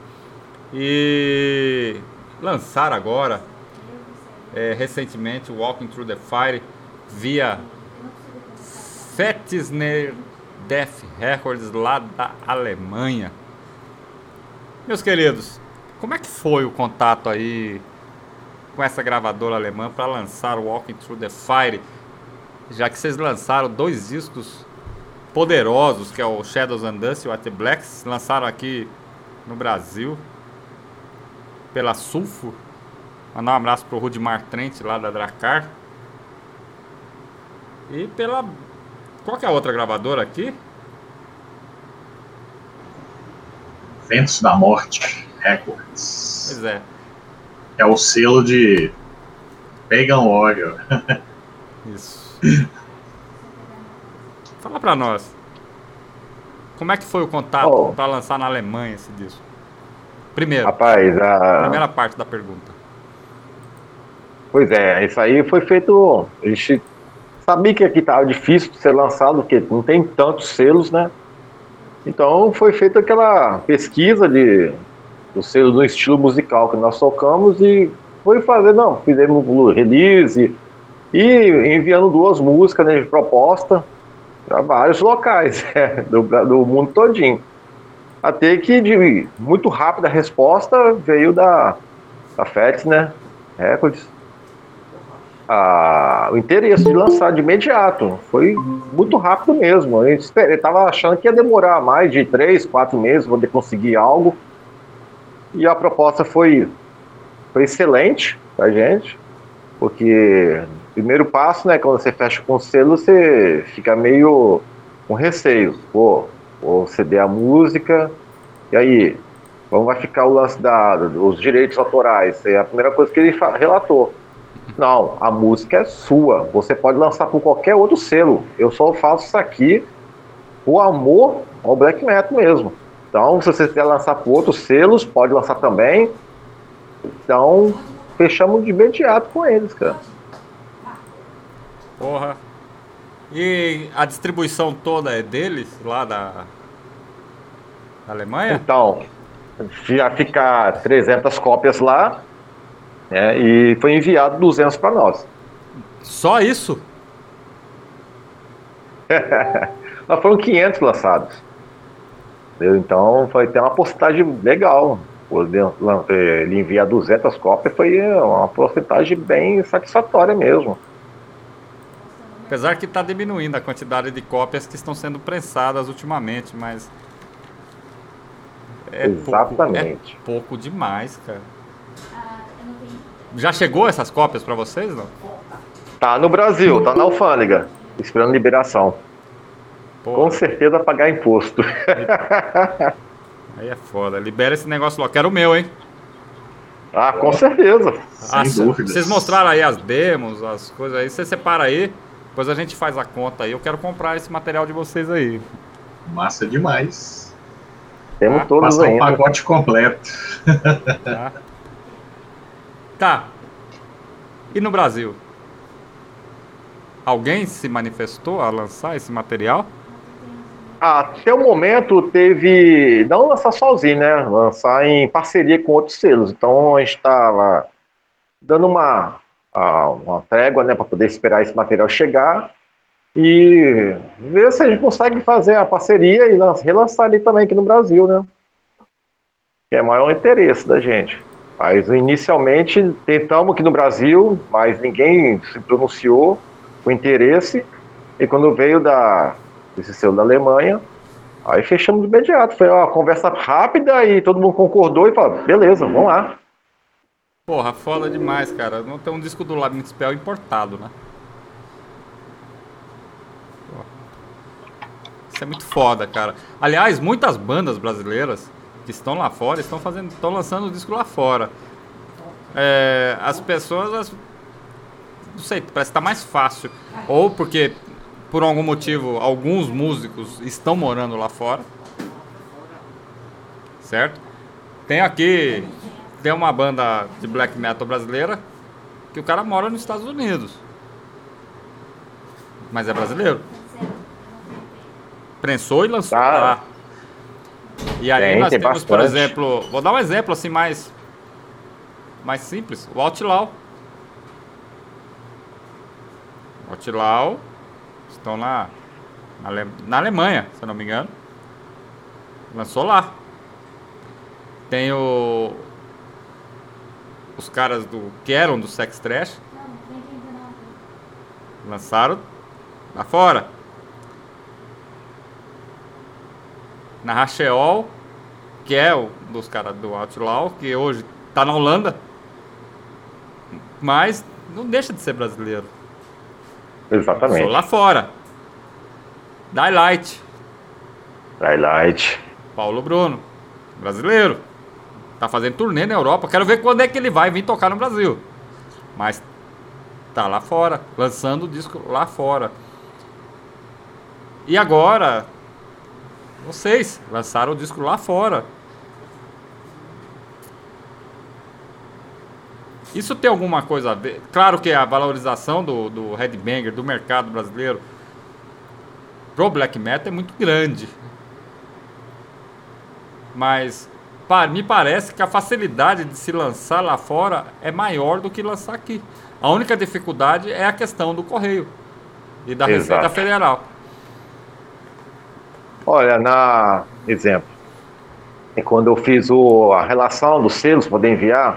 E lançaram agora é, recentemente o Walking Through the Fire via Fetisner Death Records lá da Alemanha. Meus queridos, como é que foi o contato aí com essa gravadora alemã para lançar o Walking Through the Fire, já que vocês lançaram dois discos poderosos, que é o Shadows and Dust e o At the Blacks, lançaram aqui no Brasil pela Sulfur. Mandar um abraço pro Rudimar Trent lá da Dracar. E pela... Qual que é a outra gravadora aqui? Ventos da Morte Records. Pois é. É o selo de Pagan Warrior. Isso. Fala pra nós. Como é que foi o contato Oh. pra lançar na Alemanha esse disco? Primeiro, Rapaz, a... primeira parte da pergunta. Pois é, isso aí foi feito. A gente sabia que aqui estava difícil de ser lançado, porque não tem tantos selos, né? Então foi feita aquela pesquisa de, do selo do estilo musical que nós tocamos e foi fazer, não, fizemos um release e enviando duas músicas, né, de proposta para vários locais é, do, do mundo todinho. Até que de muito rápida a resposta veio da, da Fats, né? Records. Ah, o interesse de lançar de imediato foi muito rápido mesmo. A gente estava achando que ia demorar mais de três, quatro meses para poder conseguir algo. E a proposta foi, foi excelente pra gente, porque o primeiro passo, né, quando você fecha com o selo, você fica meio com receio. Pô, vou ceder a música, e aí, como vai ficar o lance da, dos direitos autorais? É a primeira coisa que ele relatou. Não, a música é sua, você pode lançar por qualquer outro selo, eu só faço isso aqui por amor ao black metal mesmo. Então, se você quiser lançar por outros selos, pode lançar também. Então, fechamos de imediato com eles, cara. Porra. E a distribuição toda é deles, lá da, da Alemanha? Então, já fica trezentas cópias lá, né, e foi enviado duzentos para nós. Só isso? Mas foram quinhentos lançados. Entendeu? Então, foi até uma porcentagem legal. Ele enviar duzentas cópias foi uma porcentagem bem satisfatória mesmo. Apesar que está diminuindo a quantidade de cópias que estão sendo prensadas ultimamente, mas... É Exatamente. Pouco, é pouco demais, cara. Já chegou essas cópias para vocês, não? Tá no Brasil, tá na alfândega, esperando liberação. Porra. Com certeza pagar imposto. Aí é foda. Libera esse negócio logo. Quero o meu, hein? Ah, com certeza. Ah, Sem dúvidas. Vocês mostraram aí as demos, as coisas aí. Você separa aí. Depois a gente faz a conta aí. Eu quero comprar esse material de vocês aí. Massa demais. Temos Ah, todos Passar um ainda. pacote completo. Tá. Tá. E no Brasil? Alguém se manifestou a lançar esse material? Até o momento teve, não lançar sozinho, né? Lançar em parceria com outros selos. Então a gente estava dando uma, uma trégua, né, para poder esperar esse material chegar e ver se a gente consegue fazer a parceria e relançar ele também aqui no Brasil, né? Que é o maior interesse da gente. Mas inicialmente tentamos aqui no Brasil, mas ninguém se pronunciou com interesse. E quando veio da, desse selo da Alemanha, aí fechamos de imediato. Foi uma conversa rápida e todo mundo concordou e falou, beleza, vamos lá. Porra, foda demais, cara. Não tem um disco do Labyrinth Spell importado, né? Isso é muito foda, cara. Aliás, muitas bandas brasileiras que estão lá fora estão fazendo, estão lançando o disco lá fora. É, as pessoas, as, não sei, parece que tá mais fácil. Ou porque, por algum motivo, alguns músicos estão morando lá fora. Certo? Tem aqui, tem uma banda de black metal brasileira que o cara mora nos Estados Unidos. Mas é brasileiro. Prensou e lançou ah, lá. E aí tem, nós tem temos, bastante. Por exemplo, vou dar um exemplo assim mais, mais simples, o Outlaw. O Outlaw estão na, na, Ale, na Alemanha, se eu não me engano. Lançou lá. Tem o, os caras do que eram do Sex Trash. Lançaram lá fora. Na Racheol, que é o dos caras do Outlaw, que hoje tá na Holanda, mas não deixa de ser brasileiro. Exatamente. Sou lá fora. Daylight. Daylight. Paulo Bruno, brasileiro. Tá fazendo turnê na Europa. Quero ver quando é que ele vai vir tocar no Brasil. Mas tá lá fora, lançando o disco lá fora. E agora, vocês lançaram o disco lá fora. Isso tem alguma coisa a ver? Claro que a valorização do, do headbanger, do mercado brasileiro pro black metal é muito grande. Mas pá, me parece que a facilidade de se lançar lá fora é maior do que lançar aqui. A única dificuldade é a questão do correio e da Exato. Receita Federal. Olha, na exemplo, é quando eu fiz o, a relação dos selos para poder enviar,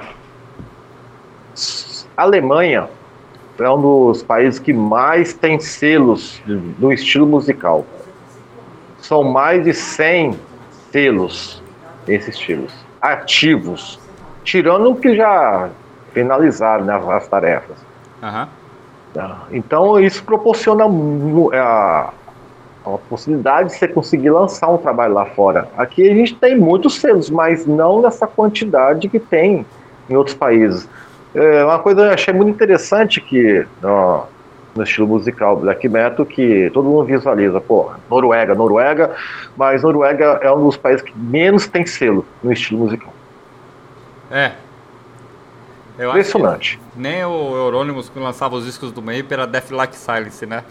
a Alemanha é um dos países que mais tem selos do estilo musical. São mais de cem selos desses estilos, ativos, tirando o que já finalizaram, né, as tarefas. Uhum. Então isso proporciona a, a possibilidade de você conseguir lançar um trabalho lá fora. Aqui a gente tem muitos selos, mas não nessa quantidade que tem em outros países. É uma coisa que eu achei muito interessante que ó, no estilo musical black metal, que todo mundo visualiza, pô, Noruega, Noruega, mas Noruega é um dos países que menos tem selo no estilo musical. É. Eu Impressionante. Acho que nem o Euronymous que lançava os discos do Mape era Death Like Silence, né?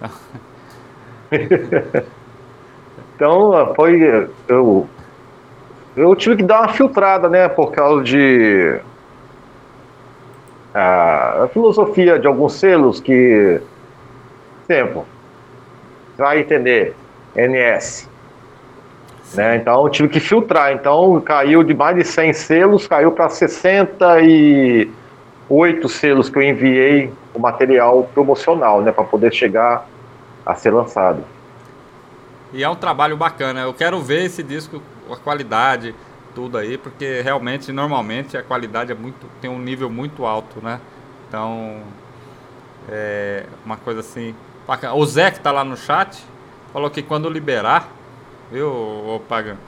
Então, foi. Eu, eu tive que dar uma filtrada, né? Por causa de. A, a filosofia de alguns selos que. Tempo. Vai entender. N S. Né? Então, eu tive que filtrar. Então, caiu de mais de cem selos, caiu para sessenta e oito selos que eu enviei o material promocional, né? Para poder chegar a ser lançado. E é um trabalho bacana. Eu quero ver esse disco, a qualidade, tudo aí, porque realmente, normalmente, a qualidade é muito, tem um nível muito alto, né? Então, é uma coisa assim bacana. O Zé, que tá lá no chat, falou que quando liberar, viu, ô Pagan,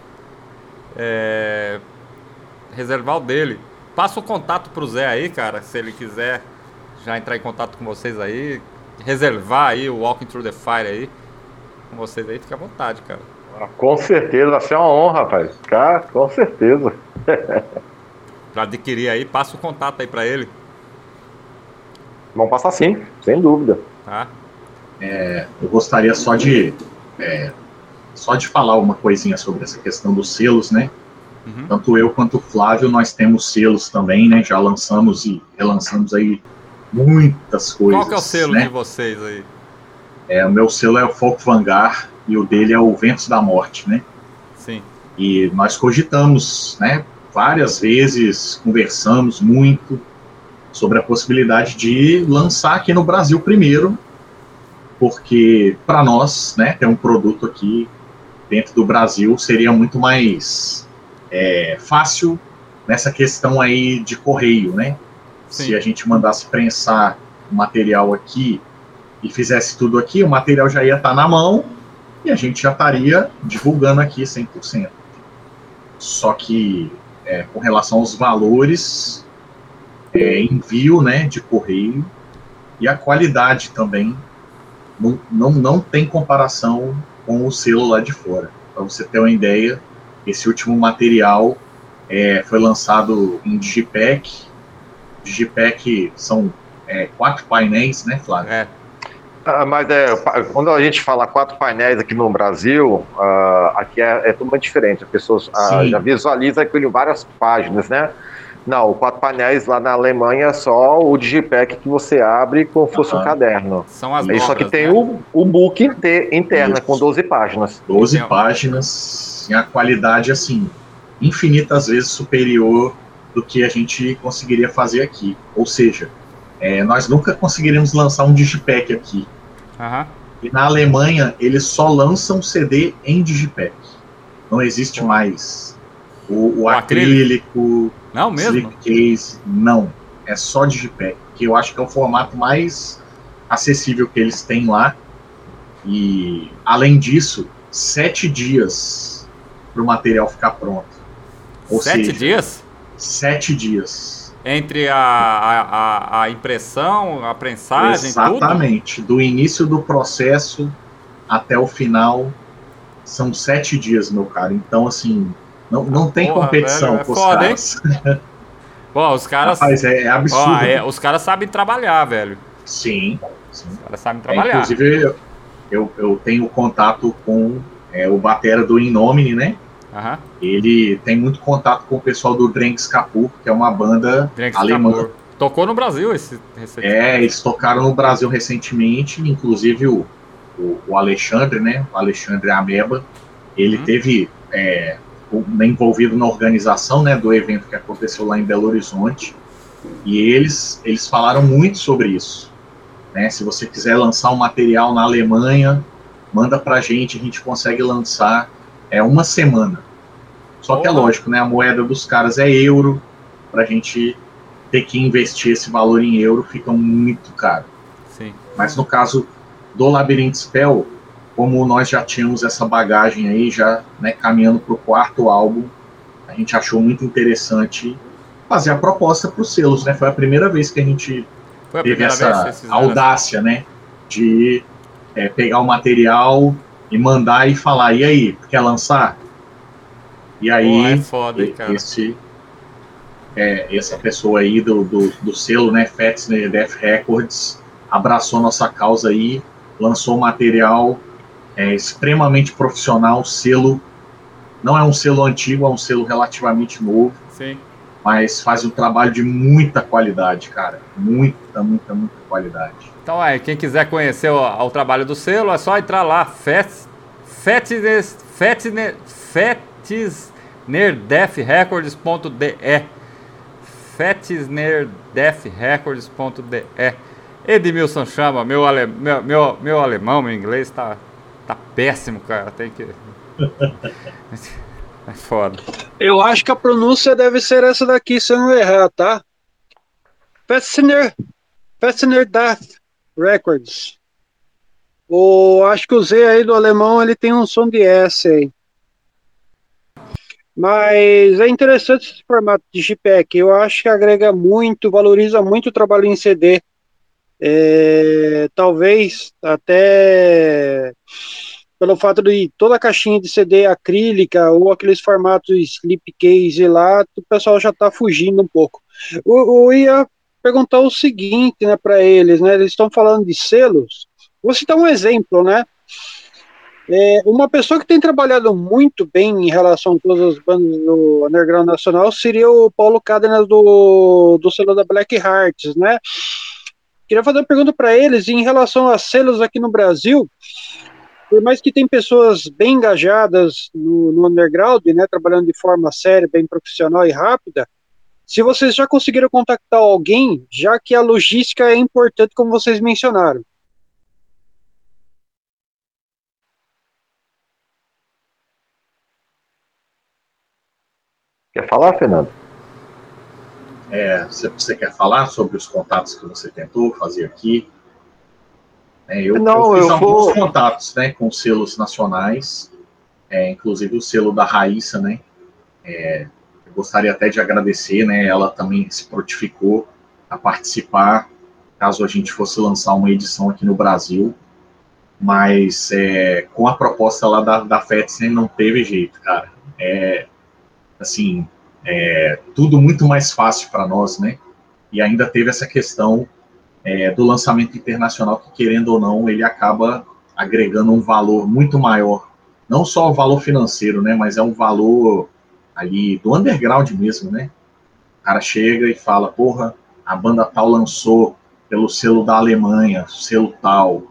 é, reservar o dele. Passa o contato pro Zé aí, cara, se ele quiser já entrar em contato com vocês aí, reservar aí o Walking Through the Fire aí com vocês aí, fica à vontade, cara. Ah, com certeza, vai ser uma honra, rapaz. Cara, com certeza. Pra adquirir aí, passa o contato aí pra ele. Vamos passar sim, sem dúvida. Tá. É, eu gostaria só de é, só de falar uma coisinha sobre essa questão dos selos, né? Uhum. Tanto eu quanto o Flávio, nós temos selos também, né? Já lançamos e relançamos aí muitas coisas. Qual que é o selo, né, de vocês aí? É, o meu selo é o Folk Vanguard e o dele é o Ventos da Morte, né? Sim. E nós cogitamos, né, várias vezes, conversamos muito sobre a possibilidade de lançar aqui no Brasil primeiro, porque para nós, né, ter um produto aqui dentro do Brasil seria muito mais é, fácil nessa questão aí de correio, né? Sim. Se a gente mandasse prensar o material aqui e fizesse tudo aqui, o material já ia estar na mão e a gente já estaria divulgando aqui cem por cento. Só que, é, com relação aos valores, é, envio, né, de correio, e a qualidade também, não, não, não tem comparação com o selo lá de fora. Para você ter uma ideia, esse último material é, foi lançado em Digipack. Digipack são é, quatro painéis, né, Flávio? É. Ah, mas é, quando a gente fala quatro painéis aqui no Brasil, uh, aqui é, é tudo diferente. As pessoas uh, já visualizam aquilo em várias páginas, né? Não, quatro painéis lá na Alemanha é só o Digipack que você abre como se fosse uhum. um caderno. São as Isso obras, aqui tem né? o, o book interno, com doze páginas. doze páginas, e a qualidade, assim, infinitas vezes superior do que a gente conseguiria fazer aqui. Ou seja, é, nós nunca conseguiríamos lançar um Digipack aqui. Uhum. E na Alemanha, eles só lançam C D em Digipack. Não existe uhum. mais o, o, o acrílico, acrílico não mesmo? Slipcase, não. É só Digipack, que eu acho que é o formato mais acessível que eles têm lá. E, além disso, sete dias para o material ficar pronto. Ou sete seja, dias? Sete dias. Entre a, a, a impressão, a prensagem, exatamente, tudo? Do início do processo até o final, são sete dias, meu cara. Então, assim, não, não tem Porra, competição velho, é com os foda, caras. Bom, os caras... Rapaz, é, é absurdo. Ó, é, os caras sabem trabalhar, velho. Sim, sim. Os caras sabem trabalhar. É, inclusive, eu, eu tenho contato com é, o batera do Innomine, né? Uhum. Ele tem muito contato com o pessoal do Drenks Kapur, que é uma banda Drenks alemã. Kapur. Tocou no Brasil esse recentemente. É, eles tocaram no Brasil recentemente, inclusive o, o, o Alexandre, né? O Alexandre Ameba, ele uhum. teve é, envolvido na organização, né, do evento que aconteceu lá em Belo Horizonte, e eles, eles falaram muito sobre isso. Né? Se você quiser lançar um material na Alemanha, manda pra gente, a gente consegue lançar. É uma semana. Só que é lógico, né? A moeda dos caras é euro. Pra gente ter que investir esse valor em euro fica muito caro. Sim. Mas no caso do Labyrinth Spell, como nós já tínhamos essa bagagem aí, já, né, caminhando pro quarto álbum, a gente achou muito interessante fazer a proposta para os selos, né? Foi a primeira vez que a gente Foi a teve essa essa audácia, né? De é, pegar o material e mandar e falar, e aí, quer lançar? E aí, Pô, é foda, cara. esse, é, essa pessoa aí do, do, do selo, né, Fetsner Death Records, abraçou nossa causa aí, lançou um material é, extremamente profissional. O selo não é um selo antigo, é um selo relativamente novo. Sim. Mas faz um trabalho de muita qualidade, cara. Muita, muita, muita qualidade. Então, aí, quem quiser conhecer o, o trabalho do selo, é só entrar lá, fetsnerdeathrecords ponto de. fetsnerdeathrecords ponto de. Edmilson Chama, meu, ale, meu, meu, meu alemão, meu inglês tá, tá péssimo, cara. Tem que... É foda. Eu acho que a pronúncia deve ser essa daqui, se eu não errar, tá? Fetsner, Fetsner Death Records. O, acho que o Z aí do alemão, ele tem um som de S aí. Mas é interessante esse formato de Digipack. Eu acho que agrega muito, valoriza muito o trabalho em C D. É, talvez até... pelo fato de toda a caixinha de C D acrílica ou aqueles formatos slipcase lá, o pessoal já está fugindo um pouco. Eu, eu ia perguntar o seguinte, né, para eles, né, eles estão falando de selos. Vou citar um exemplo, né, é, uma pessoa que tem trabalhado muito bem em relação a todas as bandas do underground nacional seria o Paulo Cárdenas do, do selo da Black Hearts, né. Queria fazer uma pergunta para eles em relação a selos aqui no Brasil. Por mais que tem pessoas bem engajadas no, no underground, né, trabalhando de forma séria, bem profissional e rápida, se vocês já conseguiram contactar alguém, já que a logística é importante, como vocês mencionaram. Quer falar, Fernando? É, você, você quer falar sobre os contatos que você tentou fazer aqui? É, eu, Não, eu fiz eu alguns vou- contatos, né, com selos nacionais, é, inclusive o selo da Raíssa, né? É, eu gostaria até de agradecer, né? Ela também se prontificou a participar, caso a gente fosse lançar uma edição aqui no Brasil. Mas é, com a proposta lá da, da Fetsen não teve jeito, cara. É, assim, é, tudo muito mais fácil para nós, né? E ainda teve essa questão é, do lançamento internacional, que querendo ou não, ele acaba agregando um valor muito maior. Não só o valor financeiro, né? Mas é um valor ali do underground mesmo, né? O cara chega e fala, porra, a banda tal lançou pelo selo da Alemanha, selo tal.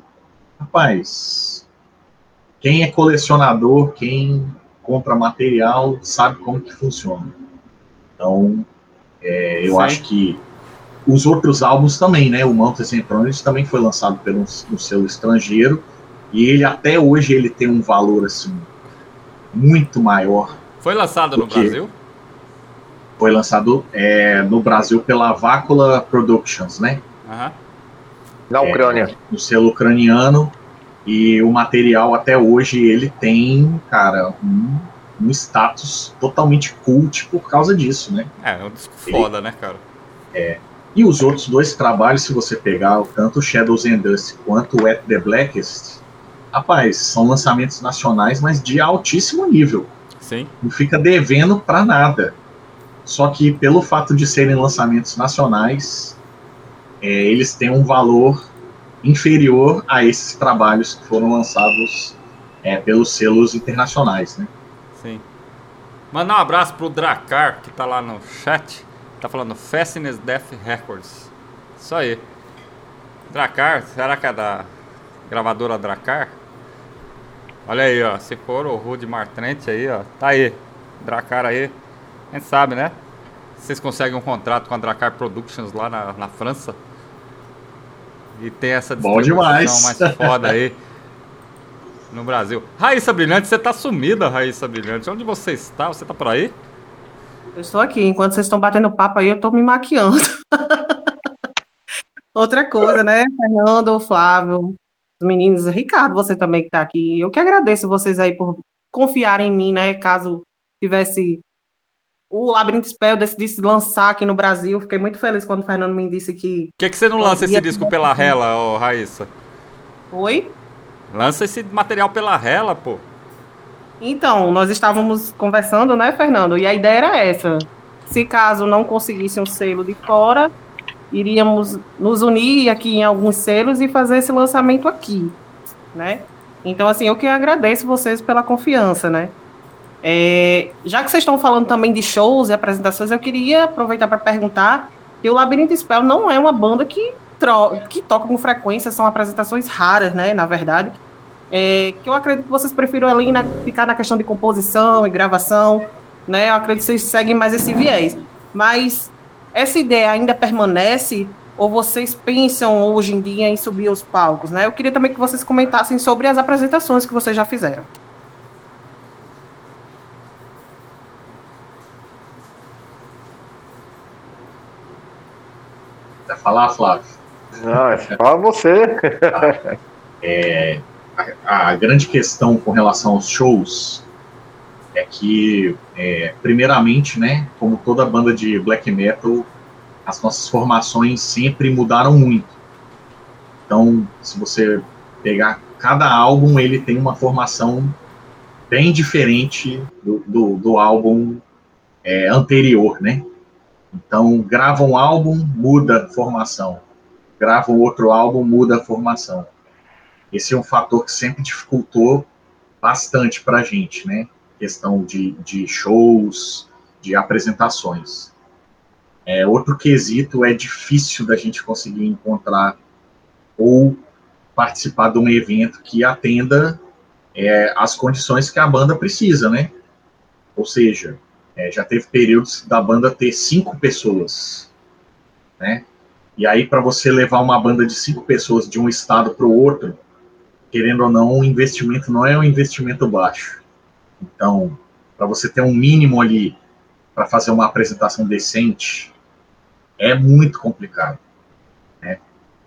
Rapaz, quem é colecionador, quem compra material, sabe como que funciona. Então, é, eu Sim. acho que os outros álbuns também, né? O Mountains and Thrones também foi lançado pelo um selo estrangeiro, e ele até hoje ele tem um valor assim muito maior. Foi lançado no Por quê? Brasil? Foi lançado é, no Brasil pela Vácula Productions, né? Aham. Na Ucrânia. É, no selo ucraniano, e o material até hoje ele tem, cara, um, um status totalmente cult por causa disso, né? É, é um disco Ele- foda, né, cara? E os outros dois trabalhos, se você pegar tanto o Shadows and Dust quanto o At the Blackest, rapaz, são lançamentos nacionais, mas de altíssimo nível. Sim. Não fica devendo pra nada. Só que pelo fato de serem lançamentos nacionais, é, eles têm um valor inferior a esses trabalhos que foram lançados é, pelos selos internacionais, né? Sim. Mandar um abraço pro Dracar, que tá lá no chat. Tá falando Fastness Death Records. Isso aí. Dracar, será que é da gravadora Dracar? Olha aí, ó. Se for o Rude Martrente aí, ó. Tá aí. Dracar aí. Quem sabe, né? Vocês conseguem um contrato com a Dracar Productions lá na, na França. E tem essa Bom distribuição demais. mais foda aí no Brasil. Raíssa Brilhante, você tá sumida, Raíssa Brilhante. Onde você está? Você tá por aí? Eu estou aqui. Enquanto vocês estão batendo papo aí, eu estou me maquiando. Outra coisa, né? Fernando, Flávio, os meninos, Ricardo, você também que está aqui. Eu que agradeço vocês aí por confiarem em mim, né? Caso tivesse o Labirinto Spell decidisse lançar aqui no Brasil. Fiquei muito feliz quando o Fernando me disse que. Por que, que você não lança esse Podia- disco pela Rela, ô Raíssa? Oi? Lança esse material pela Rela, pô. Então, nós estávamos conversando, né, Fernando? E a ideia era essa. Se caso não conseguisse um selo de fora, iríamos nos unir aqui em alguns selos e fazer esse lançamento aqui, né? Então, assim, eu que agradeço vocês pela confiança, né? É, já que vocês estão falando também de shows e apresentações, eu queria aproveitar para perguntar que o Labirinto Spell não é uma banda que, tro- que toca com frequência, são apresentações raras, né, na verdade. É, que eu acredito que vocês prefiram ali na- ficar na questão de composição e gravação, né? Eu acredito que vocês seguem mais esse viés. Mas essa ideia ainda permanece ou vocês pensam hoje em dia em subir aos palcos, né? Eu queria também que vocês comentassem sobre as apresentações que vocês já fizeram. Quer falar, Flávio? Não, é só você. É, a, a grande questão com relação aos shows é que, é, primeiramente, né, como toda banda de black metal, as nossas formações sempre mudaram muito. Então, se você pegar cada álbum, ele tem uma formação bem diferente do, do, do álbum é, anterior, né? Então, grava um álbum, muda a formação. Grava um outro álbum, muda a formação. Esse é um fator que sempre dificultou bastante para a gente, né? Questão de, de shows, de apresentações. É, outro quesito é difícil da gente conseguir encontrar ou participar de um evento que atenda é, as condições que a banda precisa, né? Ou seja, é, já teve períodos da banda ter cinco pessoas, né? E aí, para você levar uma banda de cinco pessoas de um estado para o outro, querendo ou não, o investimento não é um investimento baixo. Então, para você ter um mínimo ali para fazer uma apresentação decente, é muito complicado, né?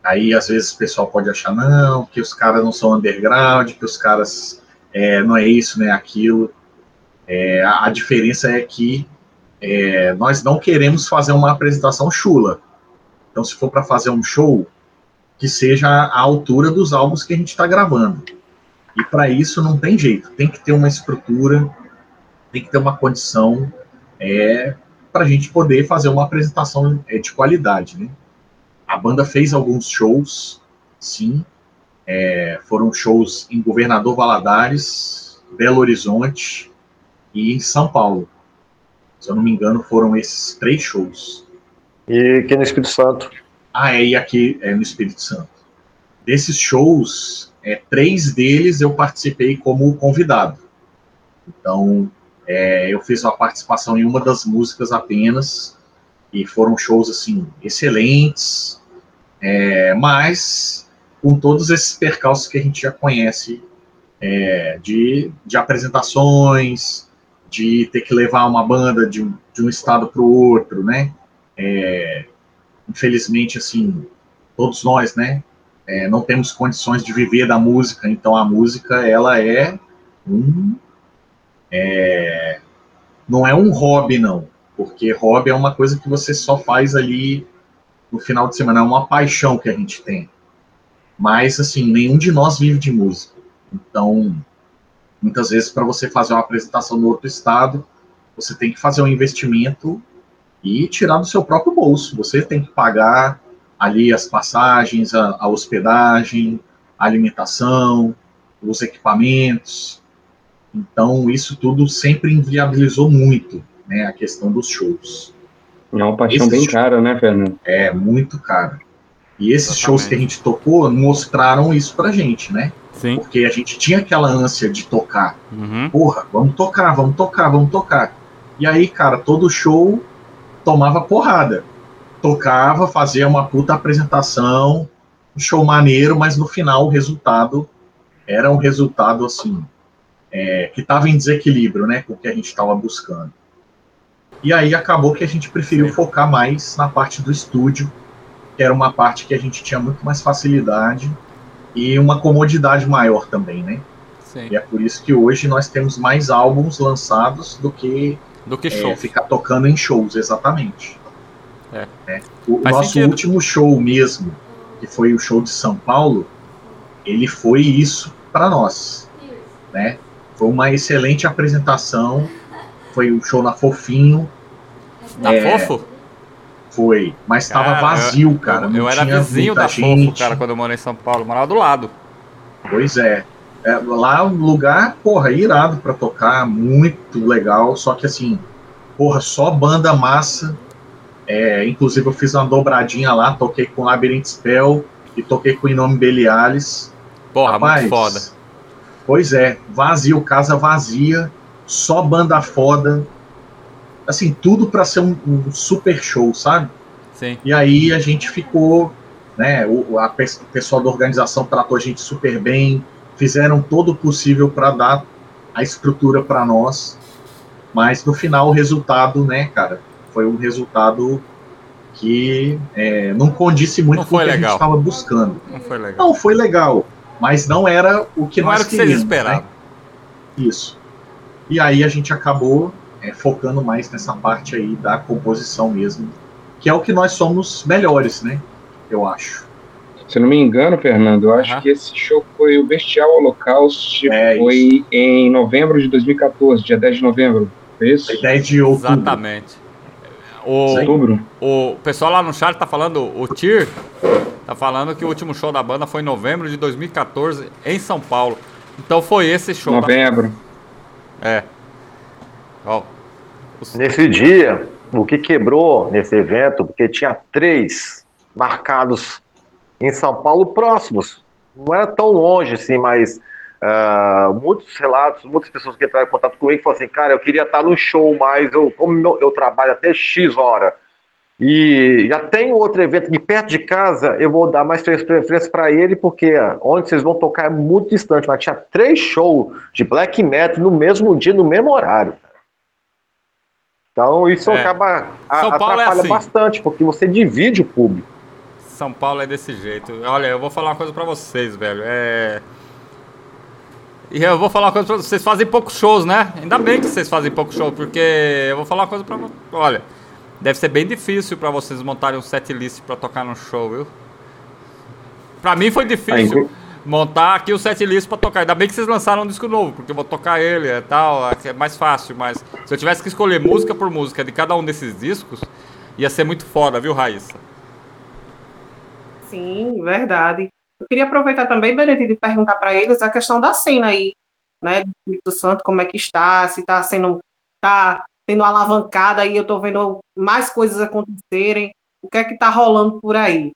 Aí, às vezes, o pessoal pode achar, não, que os caras não são underground, que os caras é, não é isso, não é aquilo. É, a, a diferença é que é, nós não queremos fazer uma apresentação chula. Então, se for para fazer um show, que seja a altura dos álbuns que a gente está gravando. E para isso não tem jeito, tem que ter uma estrutura, tem que ter uma condição é, para a gente poder fazer uma apresentação é, de qualidade, né? A banda fez alguns shows, sim, é, foram shows em Governador Valadares, Belo Horizonte e em São Paulo. Se eu não me engano, foram esses três shows. E aqui no Espírito Santo? Ah, é, e aqui é no Espírito Santo. Desses shows, é, três deles eu participei como convidado. Então, é, eu fiz uma participação em uma das músicas apenas, e foram shows, assim, excelentes, é, mas com todos esses percalços que a gente já conhece, é, de, de apresentações, de ter que levar uma banda de, de um estado para o outro, né? É, infelizmente, assim, todos nós, né, é, não temos condições de viver da música, então a música, ela é um... É, não é um hobby, não, porque hobby é uma coisa que você só faz ali no final de semana, é uma paixão que a gente tem. Mas, assim, nenhum de nós vive de música. Então, muitas vezes, para você fazer uma apresentação no outro estado, você tem que fazer um investimento e tirar do seu próprio bolso. Você tem que pagar ali as passagens, a, a hospedagem, a alimentação, os equipamentos. Então, isso tudo sempre inviabilizou muito, né, a questão dos shows. É uma paixão Esses bem cara, né, Fernando? É, muito cara. E esses Exatamente. shows que a gente tocou mostraram isso pra gente, né? Sim. Porque a gente tinha aquela ânsia de tocar. Uhum. Porra, vamos tocar, vamos tocar, vamos tocar. E aí, cara, todo show tomava porrada. Tocava, fazia uma puta apresentação, um show maneiro, mas no final o resultado era um resultado, assim, é, que estava em desequilíbrio, né, com o que a gente estava buscando. E aí acabou que a gente preferiu Sim. focar mais na parte do estúdio, que era uma parte que a gente tinha muito mais facilidade e uma comodidade maior também, né? Sim. E é por isso que hoje nós temos mais álbuns lançados do que, Do que é, show. ficar tocando em shows, exatamente. É. É. O Faz nosso sentido. último show mesmo, que foi o show de São Paulo, ele foi isso para nós, né? Foi uma excelente apresentação, foi um show na Fofinho. Da É, Fofo? Foi, mas estava Cara, vazio, eu- cara. Eu, não eu era tinha vizinho muita da gente. Fofo, cara, quando eu morei em São Paulo. Eu morava do lado. Pois é. É, lá um lugar, porra, irado pra tocar, muito legal, só que assim, porra, só banda massa. É, inclusive eu fiz uma dobradinha lá, toquei com Labyrinth Spell e toquei com Inome Belialis. Porra, Rapaz, muito foda. Pois é, vazio, casa vazia, só banda foda. Assim, tudo pra ser um, um super show, sabe? Sim. E aí a gente ficou, né? O, a pe- o pessoal da organização tratou a gente super bem, fizeram todo o possível para dar a estrutura para nós, mas no final o resultado, né, cara, foi um resultado que é, não condisse muito Não com o foi que a gente legal. estava buscando. Não foi legal. Não, foi legal, mas não era o que Não nós era o que vocês queríamos, esperavam. né? Isso. E aí a gente acabou é, focando mais nessa parte aí da composição mesmo, que é o que nós somos melhores, né? Eu acho. Se eu não me engano, Fernando, eu acho Aham. que esse show foi o Bestial Holocaust, É, foi em novembro de dois mil e quatorze, dia dez de novembro, foi isso? A ideia de outubro. Exatamente. O, Sim. Outubro? o pessoal lá no chat tá falando, o Tir tá falando que o último show da banda foi em novembro de dois mil e quatorze em São Paulo. Então foi esse show. da- Novembro. É. Ó, os- Nesse dia, o que quebrou nesse evento, porque tinha três marcados em São Paulo próximos. Não era tão longe assim, mas ah, muitos relatos, muitas pessoas que entraram em contato comigo falaram assim, cara, eu queria estar no show, mas eu, como meu- eu trabalho até X hora e já tem outro evento aqui perto de casa, eu vou dar mais três preferências para ele, porque onde vocês vão tocar é muito distante, mas tinha três shows de black metal no mesmo dia, no mesmo horário. Então isso É. acaba a, São Paulo é atrapalha assim. bastante, porque você divide o público. São Paulo é desse jeito. Olha, eu vou falar uma coisa pra vocês, velho. É... E eu vou falar uma coisa pra vocês. Vocês fazem poucos shows, né? Ainda bem que vocês fazem poucos shows, porque eu vou falar uma coisa pra vocês. Olha, deve ser bem difícil pra vocês montarem um setlist pra tocar num show, viu? Pra mim foi difícil montar aqui o setlist pra tocar. Ainda bem que vocês lançaram um disco novo, porque eu vou tocar ele e tal, é mais fácil. Mas se eu tivesse que escolher música por música de cada um desses discos, ia ser muito foda, viu, Raíssa? Sim, verdade. Eu queria aproveitar também, Benedito, e perguntar para eles a questão da cena aí, né, do Espírito Santo, como é que está, se está sendo, tá tendo alavancada aí, eu estou vendo mais coisas acontecerem, o que é que está rolando por aí?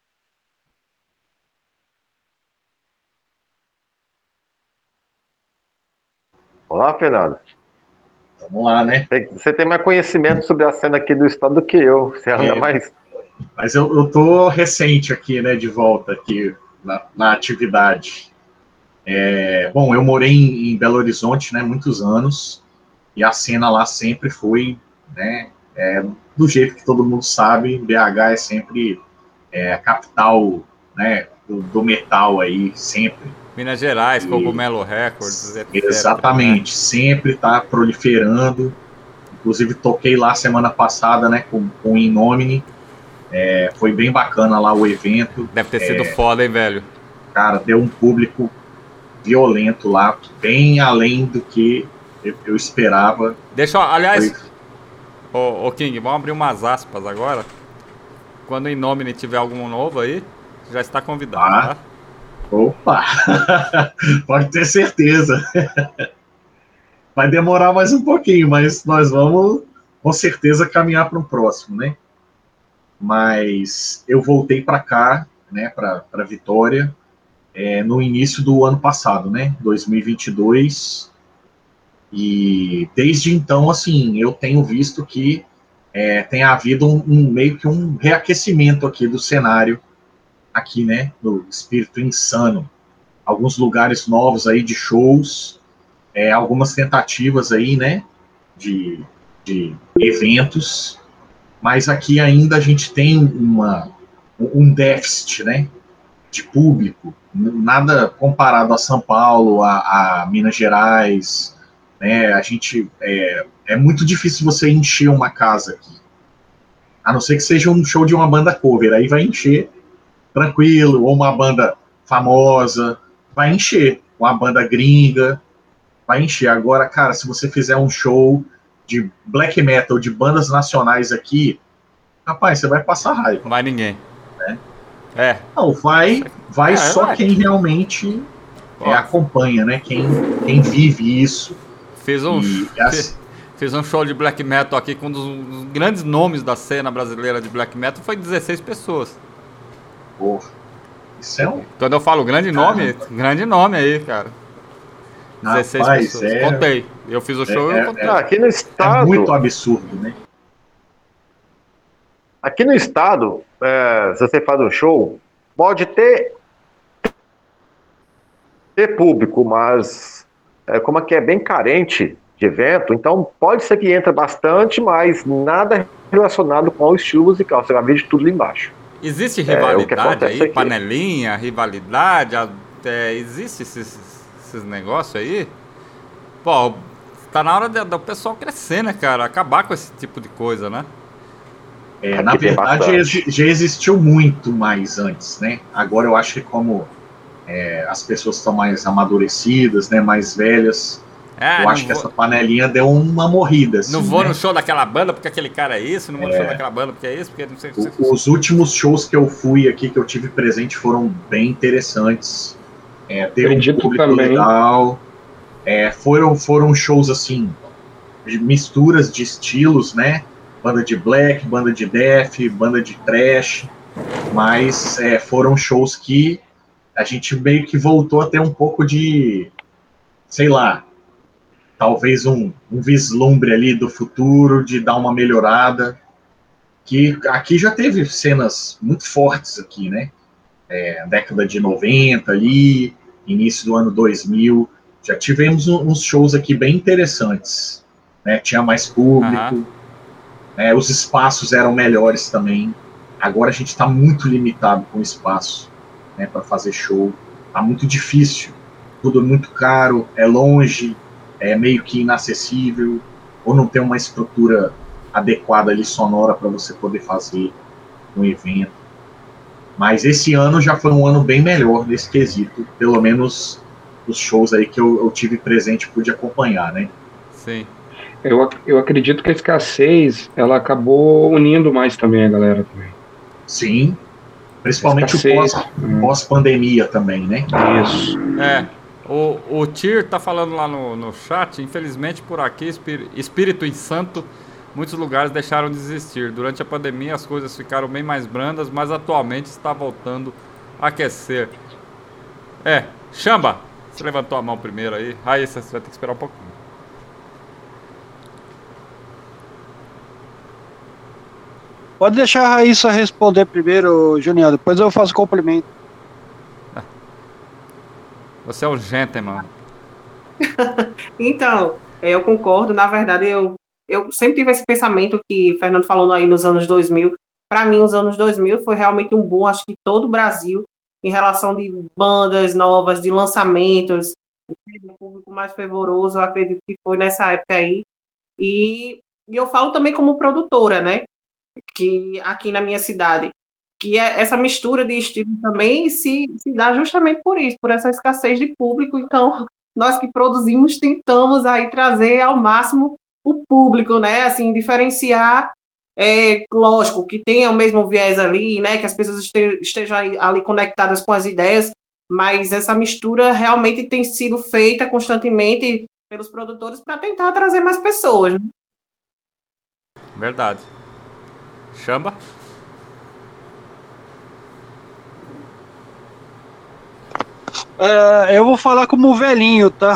Olá, Fernando. Vamos lá, né? Você tem mais conhecimento sobre a cena aqui do estado do que eu. Você anda É. mais... Mas eu, eu tô recente aqui, né, de volta aqui na, na atividade. É, bom, eu morei em, em Belo Horizonte, né, muitos anos, e a cena lá sempre foi, né, é, do jeito que todo mundo sabe, B H é sempre é, a capital, né, do, do metal aí, sempre. Minas Gerais, E- Cogumelo Records, etcétera. Exatamente, sempre tá proliferando. Inclusive toquei lá semana passada, né, com, com o In Nomine. É, foi bem bacana lá o evento. Deve ter sido foda, hein, velho? Cara, deu um público violento lá, bem além do que eu, eu esperava. Deixa eu, aliás, Foi- ô, ô King, vamos abrir umas aspas agora. Quando em nome tiver algum novo aí, já está convidado, Ah. tá? Opa! Pode ter certeza. Vai demorar mais um pouquinho, mas nós vamos com certeza caminhar para um próximo, né? Mas eu voltei para cá, né, para Vitória, é, no início do ano passado, né, dois mil e vinte e dois, e desde então, assim, eu tenho visto que é, tem havido um, um meio que um reaquecimento aqui do cenário, aqui, né, no Espírito Insano. Alguns lugares novos aí de shows, é, algumas tentativas aí, né, de, de eventos, mas aqui ainda a gente tem uma, um déficit, né, de público, nada comparado a São Paulo, a, a Minas Gerais, né, a gente, é, é muito difícil você encher uma casa aqui, a não ser que seja um show de uma banda cover, aí vai encher tranquilo, ou uma banda famosa, vai encher, uma banda gringa, vai encher. Agora, cara, se você fizer um show de black metal, de bandas nacionais aqui, rapaz, você vai passar raiva. Vai ninguém. Né? É. Não, vai, vai É, só vai. quem realmente é, Ó. acompanha, né? Quem, quem vive isso. Fiz um, E as- fiz um show de black metal aqui com um dos, um dos grandes nomes da cena brasileira de black metal, foi dezesseis pessoas. Porra, isso é um... Quando eu falo grande nome, grande nome aí, cara. dezesseis Rapaz, pessoas. é- Contei. Eu fiz o show e é- eu contei. Ah, aqui no É estado... muito absurdo, né? Aqui no estado, é, se você faz um show, pode ter, ter público, mas é, como aqui é bem carente de evento, então pode ser que entre bastante, mas nada relacionado com o estilo musical. Você vai ver de tudo lá embaixo. Existe É, o que rivalidade acontece aí? aqui. Panelinha, rivalidade? a- é, existe esses, esses negócios aí? Pô, tá na hora de- do pessoal crescer, né, cara? Acabar com esse tipo de coisa, né? É, Aqui na tem verdade, bastante. exi- já existiu muito mais antes, né? Agora eu acho que como é, as pessoas estão mais amadurecidas, né, mais velhas, É, eu não acho que vou- essa panelinha deu uma morrida. Assim, Não vou né? no show daquela banda porque aquele cara é isso, não vou no É. show daquela banda porque é isso, porque não sei... não sei- O- Os últimos shows que eu fui aqui, que eu tive presente, foram bem interessantes. É, teve um Acredito público também. legal. É, foram, foram shows, assim, de misturas de estilos, né? Banda de black, banda de death, banda de thrash. Mas é, foram shows que a gente meio que voltou a ter um pouco de, sei lá, talvez um, um vislumbre ali do futuro, de dar uma melhorada. Que aqui já teve cenas muito fortes aqui, né? É, década de noventa ali, início do ano dois mil, já tivemos um- uns shows aqui bem interessantes, né? Tinha mais público, Aham. né? Os espaços eram melhores também. Agora a gente está muito limitado com espaço, né, para fazer show. Está muito difícil. Tudo é muito caro, é longe, é meio que inacessível, ou não tem uma estrutura adequada ali sonora para você poder fazer um evento. Mas esse ano já foi um ano bem melhor nesse quesito, pelo menos os shows aí que eu, eu tive presente e pude acompanhar, né? Sim. Eu, eu acredito que a escassez, ela acabou unindo mais também a galera também. Sim, principalmente escassez, o pós, hum. pós-pandemia também, né? Isso. É, o, o Tir tá falando lá no, no chat, infelizmente por aqui, Espírito em Santo, muitos lugares deixaram de existir. Durante a pandemia as coisas ficaram bem mais brandas, mas atualmente está voltando a aquecer. É, Chamba, você levantou a mão primeiro aí, aí você vai ter que esperar um pouquinho. Pode deixar a Raíssa responder primeiro, Junior, depois eu faço complemento. Você é um gentleman. Então, eu concordo, na verdade, eu, eu sempre tive esse pensamento que o Fernando falou aí nos anos dois mil. Para mim, os anos dois mil foi realmente um boom, acho que todo o Brasil, em relação de bandas novas, de lançamentos, o público mais fervoroso, eu acredito que foi nessa época aí. E, e eu falo também como produtora, né? Que aqui na minha cidade, que é essa mistura de estilos também se, se dá justamente por isso, por essa escassez de público. Então, nós que produzimos tentamos aí trazer ao máximo o público, né? Assim, diferenciar, é, lógico, que tenha o mesmo viés ali, né? Que as pessoas estejam ali conectadas com as ideias, mas essa mistura realmente tem sido feita constantemente pelos produtores para tentar trazer mais pessoas, né? Verdade. Chamba? Uh, eu vou falar como velhinho, tá?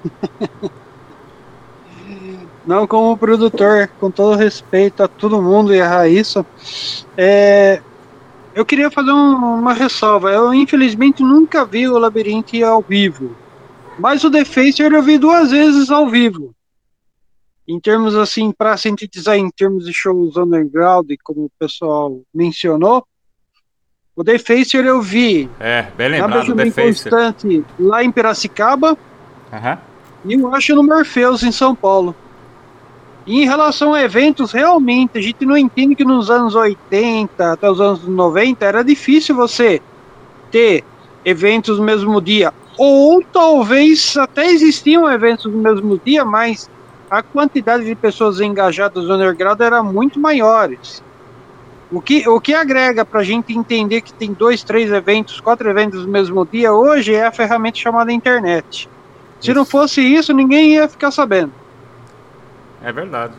Não como produtor, com todo respeito a todo mundo e a Raíssa. É, eu queria fazer um, uma ressalva. Eu, infelizmente, nunca vi o Labirinto ao vivo. Mas o The Facer eu vi duas vezes ao vivo. Em termos, assim, para sintetizar em termos de shows underground, como o pessoal mencionou, o The Facer eu vi é, bem lembrado, na Benjamin Constante, lá em Piracicaba, uhum. E eu acho no Morpheus, em São Paulo. E em relação a eventos, realmente, a gente não entende que nos anos oitenta até os anos noventa era difícil você ter eventos no mesmo dia. Ou talvez até existiam eventos no mesmo dia, mas a quantidade de pessoas engajadas no underground era muito maiores. O que, o que agrega para a gente entender que tem dois, três eventos, quatro eventos no mesmo dia hoje é a ferramenta chamada internet. Se isso. Não fosse isso, ninguém ia ficar sabendo. É verdade.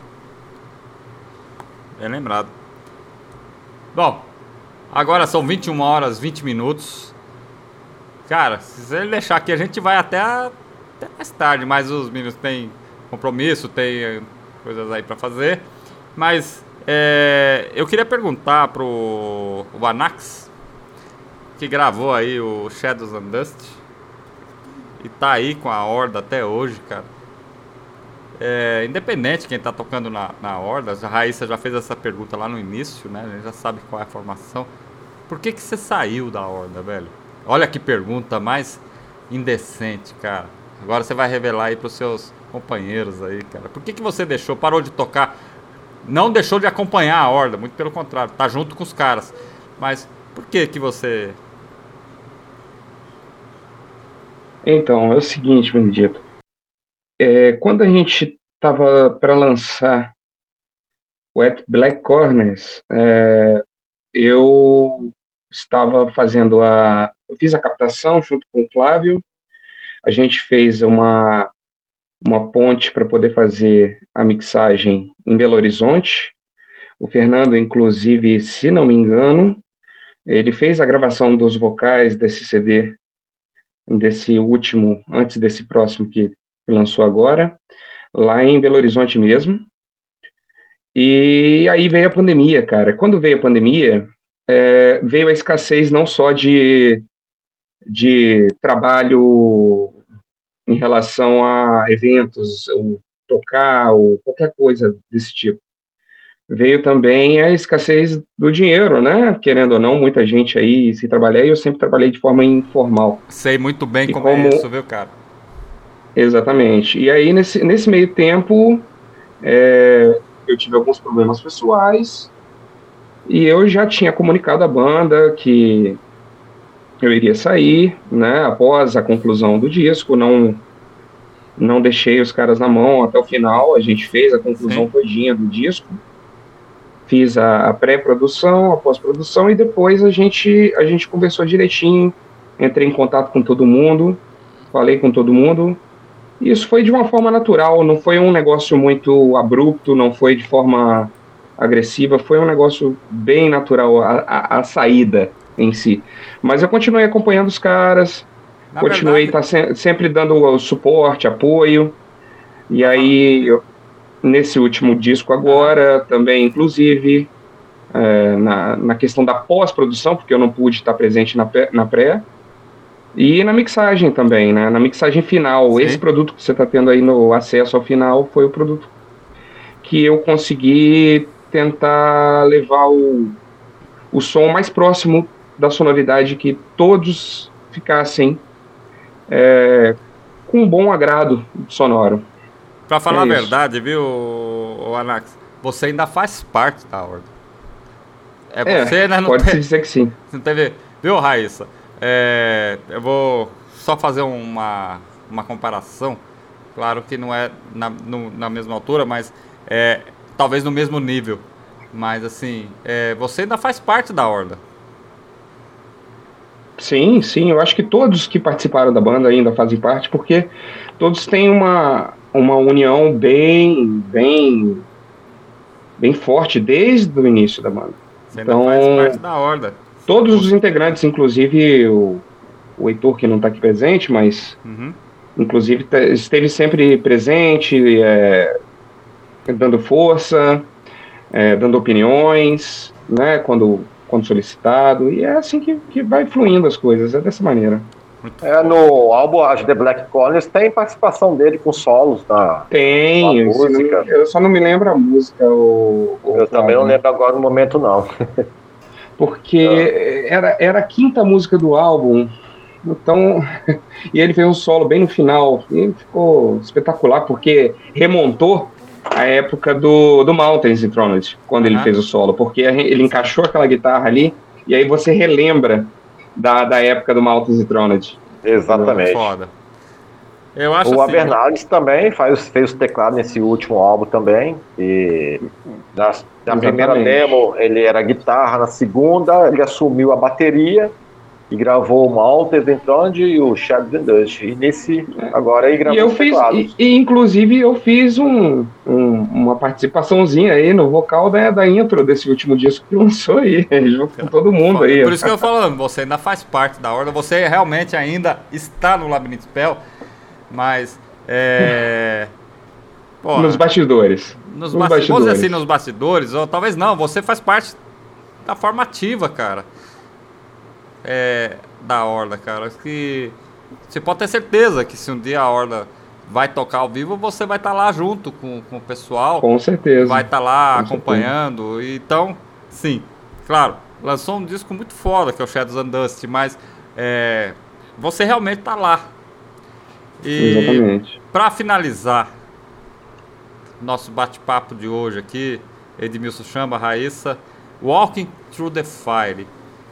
Bem lembrado. Bom, agora são vinte e uma horas, vinte minutos. Cara, se ele deixar aqui, a gente vai até, a, até mais tarde, mas os meninos têm compromisso, tem coisas aí pra fazer. Mas é, eu queria perguntar pro o Anax, que gravou aí o Shadows and Dust e tá aí com a Horda até hoje, cara. É, independente quem tá tocando na, na Horda, a Raíssa já fez essa pergunta lá no início, né? A gente já sabe qual é a formação. Por que que você saiu da Horda, velho? Olha que pergunta mais indecente, cara. Agora você vai revelar aí pros seus companheiros aí, cara. Por que que você deixou, parou de tocar? Não deixou de acompanhar a Horda, muito pelo contrário, tá junto com os caras. Mas por que que você... Então, é o seguinte, Benedito. É, quando a gente tava para lançar o At Black Corners, é, eu estava fazendo a... Eu fiz a captação junto com o Flávio. A gente fez uma, uma ponte para poder fazer a mixagem em Belo Horizonte. O Fernando, inclusive, se não me engano, ele fez a gravação dos vocais desse C D, desse último, antes desse próximo que lançou agora, lá em Belo Horizonte mesmo. E aí veio a pandemia, cara. Quando veio a pandemia, é, veio a escassez não só de, de trabalho em relação a eventos, ou tocar, ou qualquer coisa desse tipo. veio também a escassez do dinheiro, né? Querendo ou não, muita gente aí se trabalhar, e eu sempre trabalhei de forma informal. Sei muito bem E como, como- é isso, viu, cara? Exatamente. E aí, nesse, nesse meio tempo, é, eu tive alguns problemas pessoais, e eu já tinha comunicado à banda que eu iria sair, né? Após a conclusão do disco, não, não deixei os caras na mão até o final, a gente fez a conclusão Sim. todinha do disco. Fiz a, a pré-produção, a pós-produção e depois a gente, a gente conversou direitinho, entrei em contato com todo mundo, falei com todo mundo. E isso foi de uma forma natural, não foi um negócio muito abrupto, não foi de forma agressiva, foi um negócio bem natural, a, a, a saída em si. Mas eu continuei acompanhando os caras, Na continuei verdade, tá se- sempre dando o suporte, apoio. E aí, eu- nesse último disco agora, também, inclusive, é, na, na questão da pós-produção, porque eu não pude estar presente na, pré- na pré, e na mixagem também, né? Na mixagem final. Sim. Esse produto que você está tendo aí no acesso ao final foi o produto que eu consegui tentar levar o, o som mais próximo da sonoridade, que todos ficassem é, com um bom agrado sonoro. pra falar É a isso. verdade, viu, o Anax, você ainda faz parte da Horda. É É, você, né? Não pode-se tem- dizer que sim. Não teve. Viu, Raíssa? É, eu vou só fazer uma, uma comparação. Claro que não é na, no- na mesma altura, mas é, talvez no mesmo nível. Mas assim, é, você ainda faz parte da Horda. Sim, sim, eu acho que todos que participaram da banda ainda fazem parte, porque todos têm uma, uma união bem, bem, bem forte desde o início da banda. Você ainda Então, faz parte da Horda. todos os integrantes, inclusive o, o Heitor, que não está aqui presente, mas Uhum. inclusive te- esteve sempre presente, é, dando força, é, dando opiniões, né, quando, quando solicitado, e é assim que, que vai fluindo as coisas, é dessa maneira. É, no álbum acho, The Black Corners tem participação dele com solos na. Tem, Uma eu, se não- música. eu só não me lembro a música, o, o Eu também não Flávio, lembro agora no momento, não. porque era, era a quinta música do álbum, então, e ele fez um solo bem no final, e ficou espetacular, porque remontou a época do, do Mountains Enthroned, quando ele Aham. fez o solo, porque a gen- ele encaixou aquela guitarra ali, e aí você relembra da, da época do Mountains Enthroned. Exatamente. Foda. Eu acho O assim. Abernathy também faz, fez o teclado nesse último álbum também. E na, na primeira Exatamente. demo ele era guitarra, na segunda ele assumiu a bateria e gravou o Maltese Entrande e o Shadows and Dust. E nesse agora ele E gravou eu os fiz, teclados. e, e, inclusive eu fiz um, um- uma participaçãozinha aí no vocal da, da intro desse último disco que lançou aí, junto com todo mundo Foda. aí. Por isso que eu falando, você ainda faz parte da Horda, você realmente ainda está no Labyrinth Spell, mas é. Pô, Nos bastidores. nos nos bastidores, vamos bastidores. dizer assim, nos bastidores, ou talvez não, você faz parte da forma ativa, cara. É, da Horda, cara. Que você pode ter certeza que se um dia a Horda vai tocar ao vivo, você vai estar lá junto com, com o pessoal. Com certeza. Vai estar lá Com acompanhando. Então, sim, claro, lançou um disco muito foda que é o Shadows and Dust, mas é, você realmente tá lá. E Exatamente. para finalizar nosso bate-papo de hoje aqui, Edmilson Chamba, Raíssa, Walking Through the Fire.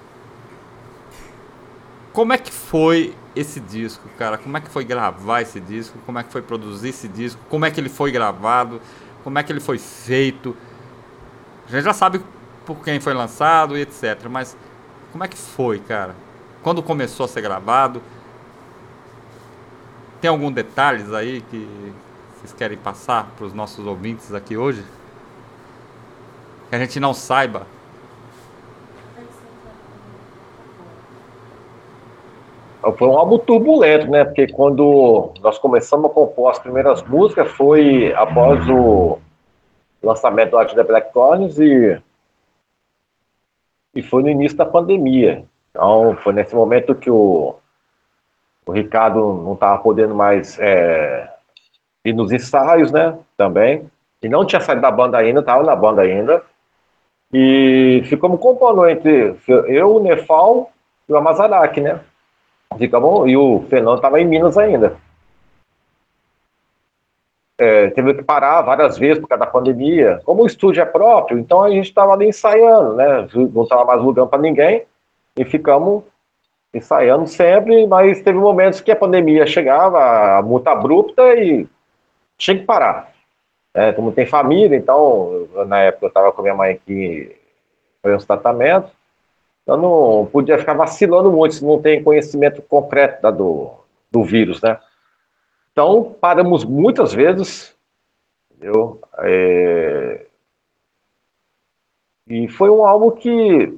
Como é que foi esse disco, cara? Como é que foi gravar esse disco? Como é que foi produzir esse disco? Como é que ele foi gravado? Como é que ele foi feito? A gente já sabe por quem foi lançado e etcétera. Mas como é que foi, cara? Quando começou a ser gravado? Tem algum detalhes aí que vocês querem passar para os nossos ouvintes aqui hoje? Que a gente não saiba. Foi um álbum turbulento, né? Porque quando nós começamos a compor as primeiras músicas foi após o lançamento do Art the Black Corners e, e foi no início da pandemia. Então foi nesse momento que o, o Ricardo não estava podendo mais é, ir nos ensaios, né? Também. que não tinha saído da banda ainda, estava na banda ainda. E ficamos compondo entre eu, o Nefal e o Amazarac, né? Ficamos, e o Fernando estava em Minas ainda. É, teve que parar várias vezes por causa da pandemia. Como o estúdio é próprio, então a gente estava ali ensaiando, né? Não estava mais alugando para ninguém. E ficamos ensaiando sempre, mas teve momentos que a pandemia chegava muito abrupta e tinha que parar. É, todo mundo tem família, então, eu, na época eu estava com minha mãe que foi uns tratamentos, eu não podia ficar vacilando muito se não tem conhecimento concreto da, do, do vírus, né? Então, paramos muitas vezes, entendeu? É... E foi um álbum que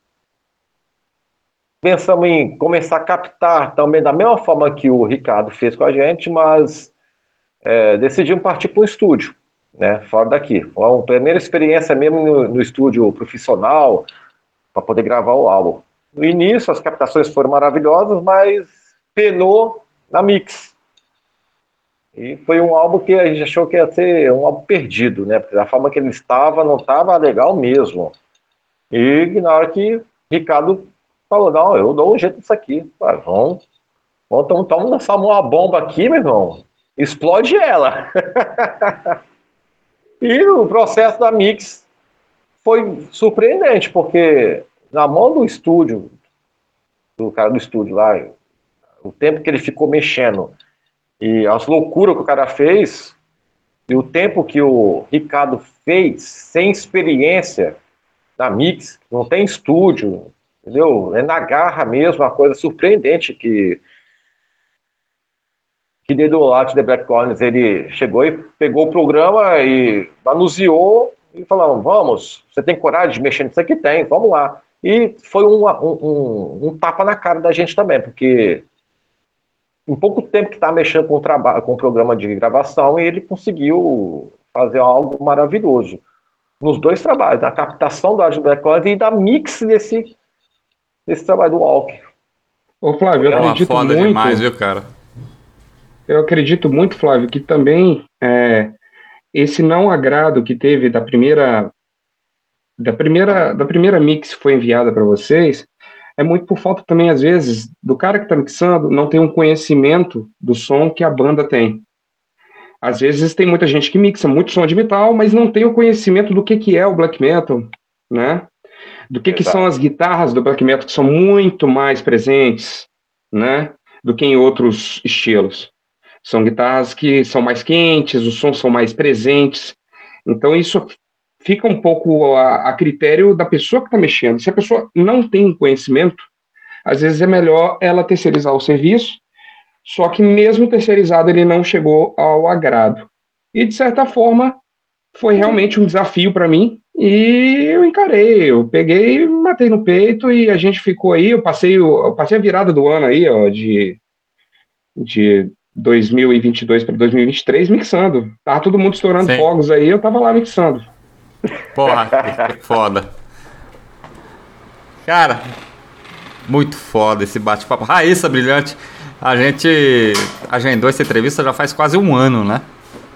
pensamos em começar a captar também da mesma forma que o Ricardo fez com a gente, mas é, decidimos partir para um estúdio, né, fora daqui. Foi uma primeira experiência mesmo no, no estúdio profissional, para poder gravar o álbum. No início, as captações foram maravilhosas, mas penou na mix. E foi um álbum que a gente achou que ia ser um álbum perdido, né, porque da forma que ele estava, não estava legal mesmo. E na hora que Ricardo falou, não, eu dou um jeito nisso aqui. Vai, vamos, vamos, vamos, vamos lançar uma bomba aqui, meu irmão. Explode ela. E o processo da mix foi surpreendente, porque na mão do estúdio, do cara do estúdio lá, o tempo que ele ficou mexendo e as loucuras que o cara fez, e o tempo que o Ricardo fez sem experiência na mix, não tem estúdio, entendeu? É na garra mesmo, uma coisa surpreendente que que desde o Art The Black Corners ele chegou e pegou o programa e manuseou e falou, vamos, você tem coragem de mexer nisso aqui? Tem, vamos lá. E foi um, um, um, um tapa na cara da gente também, porque em pouco tempo que estava mexendo com o, traba- com o programa de gravação, ele conseguiu fazer algo maravilhoso. Nos dois trabalhos, na captação do Art The Black Corners e da mix desse, desse trabalho do Walker. Ô Flávio, eu É uma acredito foda muito... demais, viu, cara? Eu acredito muito, Flávio, que também é, esse não agrado que teve da primeira, da primeira, da primeira mix que foi enviada para vocês é muito por falta também, às vezes, do cara que está mixando não tem um conhecimento do som que a banda tem. Às vezes tem muita gente que mixa muito som de metal, mas não tem o conhecimento do que, que é o black metal, né? Do que, que são as guitarras do black metal, que são muito mais presentes, né? Do que em outros estilos. São guitarras que são mais quentes, os sons são mais presentes. Então, isso fica um pouco a, a critério da pessoa que está mexendo. Se a pessoa não tem conhecimento, às vezes é melhor ela terceirizar o serviço, só que mesmo terceirizado ele não chegou ao agrado. E, de certa forma, foi realmente um desafio para mim, e eu encarei, eu peguei, matei no peito, e a gente ficou aí, eu passei, eu passei a virada do ano aí, ó, de... de dois mil e vinte e dois para dois mil e vinte e três mixando. Tava todo mundo estourando Sim. fogos aí, eu tava lá mixando. Porra, que foda. Cara, muito foda esse bate-papo. Raíssa Brilhante, a gente agendou essa entrevista já faz quase um ano, né?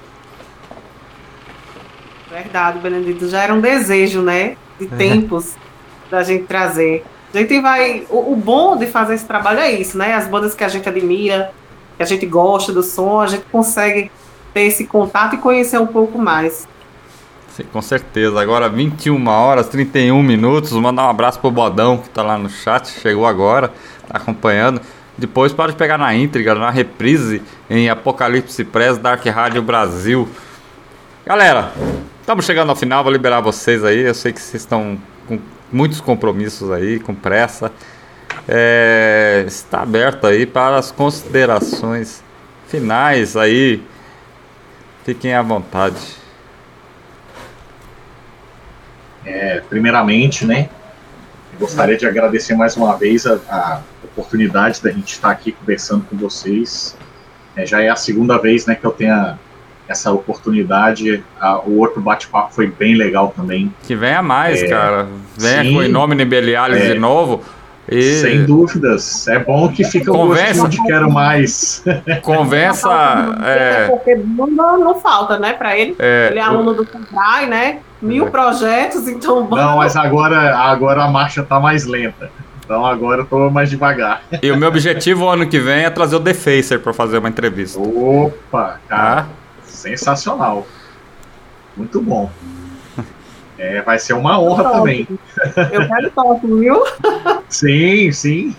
Verdade, Benedito. Já era um desejo, né? De tempos da gente trazer. A gente vai... O, o bom de fazer esse trabalho é isso, né? As bandas que a gente admira, que a gente gosta do som, a gente consegue ter esse contato e conhecer um pouco mais. Sim, com certeza. Agora vinte e uma horas, trinta e um minutos. Vou mandar um abraço pro Bodão, que tá lá no chat, chegou agora, tá acompanhando. Depois pode pegar na íntegra, na reprise, em Apocalipse Press, Dark Rádio Brasil. Galera, estamos chegando ao final, vou liberar vocês aí. Eu sei que vocês estão com muitos compromissos aí, com pressa. É, está aberto aí para as considerações finais aí. Fiquem à vontade. É, primeiramente, né, eu gostaria de agradecer mais uma vez a, a oportunidade da gente estar aqui conversando com vocês. É, já é a segunda vez, né, que eu tenho essa oportunidade. A, o outro bate-papo foi bem legal também. Que venha mais, é, cara. Venha sim, com o In Nomine Belialis é, de novo. E... Sem dúvidas. É bom que fica o Conversa. gostinho de quero mais. Conversa. É... Porque banda não falta, né, pra ele. É, ele é aluno do Sebrae, né? Mil É. projetos, então... Não, mas agora, agora a marcha tá mais lenta. Então agora eu tô mais devagar. E o meu objetivo ano que vem é trazer o The Facer pra fazer uma entrevista. Opa, cara. Ah. Sensacional. Muito bom. É, vai ser uma honra Eu também. Eu quero toque, viu? Sim, sim.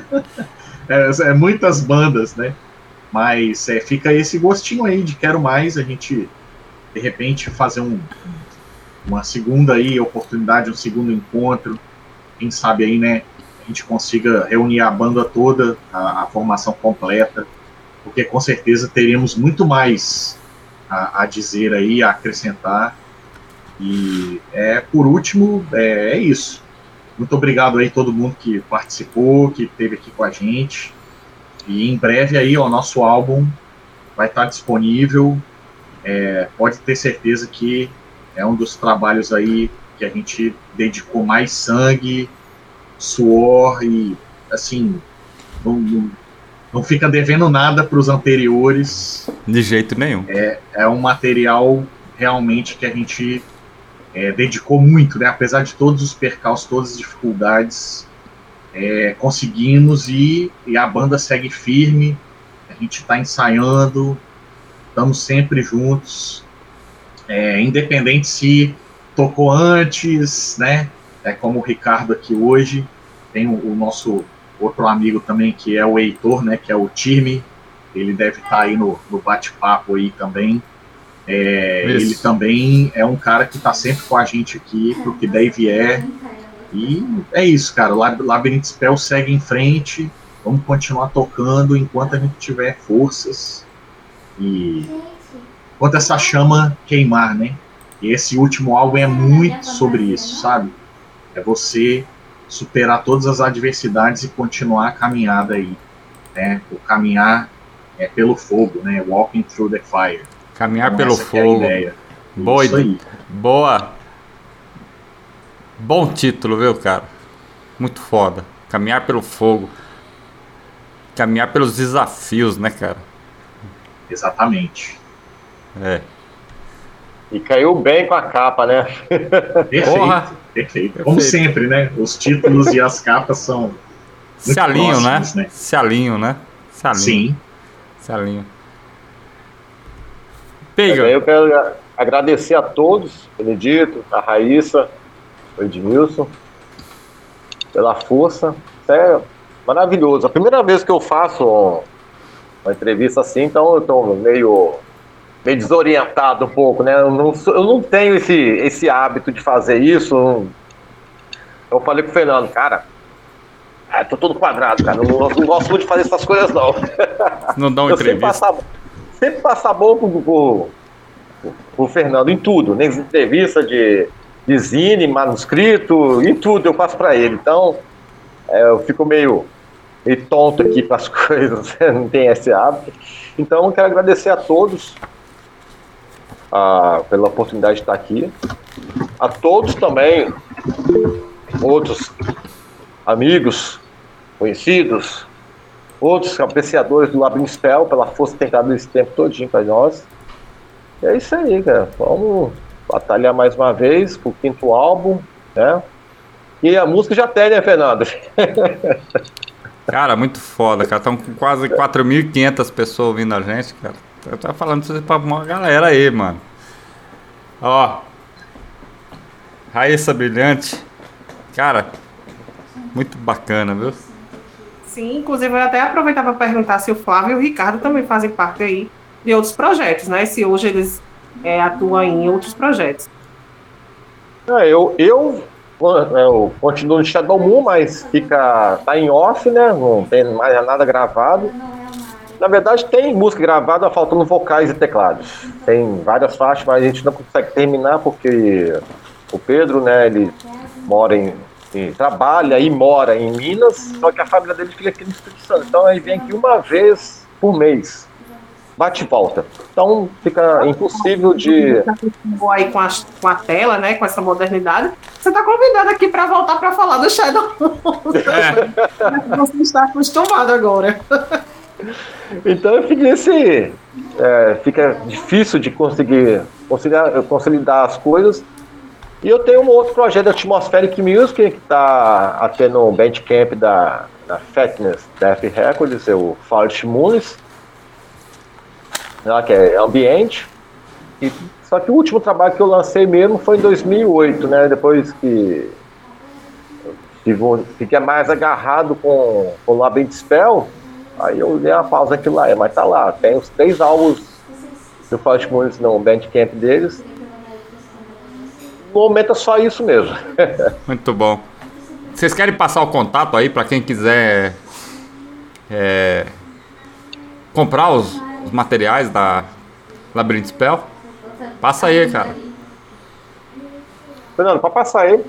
É, é muitas bandas, né? Mas é, fica esse gostinho aí de quero mais. A gente, de repente, fazer um, uma segunda aí, oportunidade, um segundo encontro. Quem sabe aí, né? A gente consiga reunir a banda toda, a, a formação completa. Porque com certeza teremos muito mais a, a dizer aí, a acrescentar. E é, por último, é, é isso. Muito obrigado aí a todo mundo que participou, que esteve aqui com a gente. E em breve aí o nosso álbum vai estar disponível. É, pode ter certeza que é um dos trabalhos aí que a gente dedicou mais sangue, suor e assim, não, não, não fica devendo nada para os anteriores. De jeito nenhum. É, é um material realmente que a gente É, dedicou muito, né? Apesar de todos os percalços, todas as dificuldades, é, conseguimos e, e a banda segue firme, a gente está ensaiando, estamos sempre juntos, é, independente se tocou antes, né? É como o Ricardo aqui hoje, tem o, o nosso outro amigo também, que é o Heitor, né? Que é o Time, ele deve estar tá aí no, no bate-papo aí também. É, ele também é um cara que está sempre com a gente aqui, pro que der e vier. E é isso, cara. O Labyrinth Spell segue em frente. Vamos continuar tocando enquanto a gente tiver forças. E enquanto essa chama queimar, né? E esse último álbum é muito sobre isso, sabe? É você superar todas as adversidades e continuar a caminhada aí, né? O caminhar é pelo fogo, né? Walking through the fire. Caminhar então, pelo fogo. É Boa, isso aí. Boa. Bom título, viu, cara? Muito foda. Caminhar pelo fogo. Caminhar pelos desafios, né, cara? Exatamente. É. E caiu bem com a capa, né? Perfeito, Porra. perfeito. Como Perfeito. sempre, né? Os títulos e as capas são muito Se alinham, né? próximos, né? Se alinham, né? Se alinham. Sim. Se alinham. Pega. Eu quero agradecer a todos, Benedito, a Raíssa, o Edmilson, pela força. Isso é maravilhoso. A primeira vez que eu faço uma entrevista assim, então eu estou meio, meio desorientado um pouco, né? Eu não, sou- eu não tenho esse, esse hábito de fazer isso. Eu falei com o Fernando, cara, ah, tô todo quadrado, cara. Eu não, não gosto muito de fazer essas coisas, não. Não dá uma Eu sempre entrevista. passava, sempre passava bom pro, pro, pro, pro Fernando em tudo, nas entrevistas de, de zine, manuscrito, em tudo eu passo pra ele. Então, é, eu fico meio, meio tonto aqui para as coisas, não tem esse hábito. Então, eu quero agradecer a todos ah, pela oportunidade de estar aqui. A todos também, outros amigos, conhecidos, outros apreciadores do Labyrinth Spell, pela força que tem dado esse tempo todinho para nós. E é isso aí, cara. Vamos batalhar mais uma vez pro quinto álbum, né? E a música já tem, né, Fernando? Cara, muito foda, cara. Estão com quase quatro mil e quinhentas pessoas ouvindo a gente, cara. Eu tava falando isso pra uma galera aí, mano. Ó. Raíssa Brilhante. Cara, muito bacana, viu? Sim, inclusive eu até aproveitar para perguntar se o Flávio e o Ricardo também fazem parte aí de outros projetos, né? Se hoje eles é, atuam em outros projetos. É, eu, eu, eu continuo no Shadow Moon, mas fica, tá em off, né? Não tem mais nada gravado. Na verdade, tem música gravada, faltando vocais e teclados. Tem várias faixas, mas a gente não consegue terminar porque o Pedro, né, ele mora em, em trabalha e mora em Minas, só que a família dele fica aqui no Espírito Santo. Então ele vem aqui uma vez por mês. bate e volta. Então fica impossível de... Aí com a, com a tela, né, com essa modernidade, você tá convidado aqui para voltar para falar do Shadow. É. Você está acostumado agora. Então fica nesse... É, fica difícil de conseguir consolidar, consolidar as coisas. E eu tenho um outro projeto da Atmospheric Music, que está até no Bandcamp da, da Fatness Death Records, é o Forest Moons, que é ambiente. E, só que o último trabalho que eu lancei mesmo foi em dois mil e oito, né? Depois que eu fiquei mais agarrado com, com o Labyrinth Spell, aí eu dei uma pausa aqui lá, mas tá lá. Tem os três álbuns do Forest Moons no Bandcamp deles. No momento é só isso mesmo. Muito bom. Vocês querem passar o contato aí para quem quiser é, comprar os, os materiais da Labyrinth Spell? Passa aí, cara. Fernando, pode passar aí.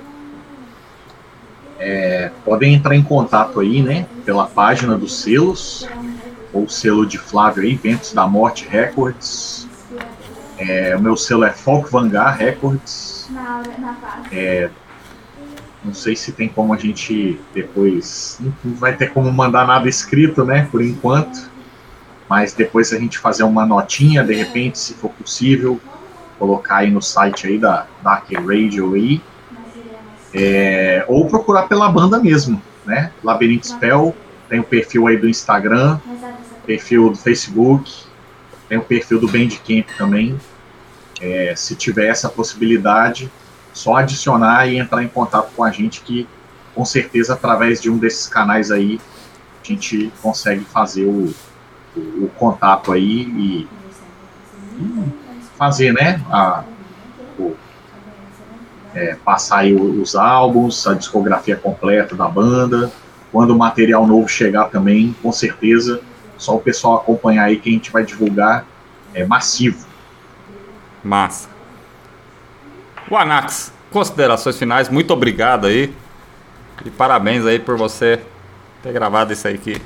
É, podem entrar em contato aí, né? Pela página dos selos, ou o selo de Flávio aí, Ventos da Morte Records. É, o meu selo é Folk Vanguard Records. É, não sei se tem como a gente depois, não vai ter como mandar nada escrito, né, por enquanto, mas depois a gente fazer uma notinha, de repente, se for possível, colocar aí no site aí da Dark Radio aí, é, ou procurar pela banda mesmo, né, Labyrinth Spell, tem o perfil aí do Instagram, perfil do Facebook, tem o perfil do Bandcamp também. É, se tiver essa possibilidade, só adicionar e entrar em contato com a gente, que com certeza através de um desses canais aí a gente consegue fazer o, o, o contato aí e, e fazer, né, a, o, é, passar aí os álbuns, a discografia completa da banda. Quando o material novo chegar também, com certeza, só o pessoal acompanhar aí que a gente vai divulgar é, massivo. Massa. O Anax, considerações finais, muito obrigado aí. E parabéns aí por você ter gravado isso aí aqui.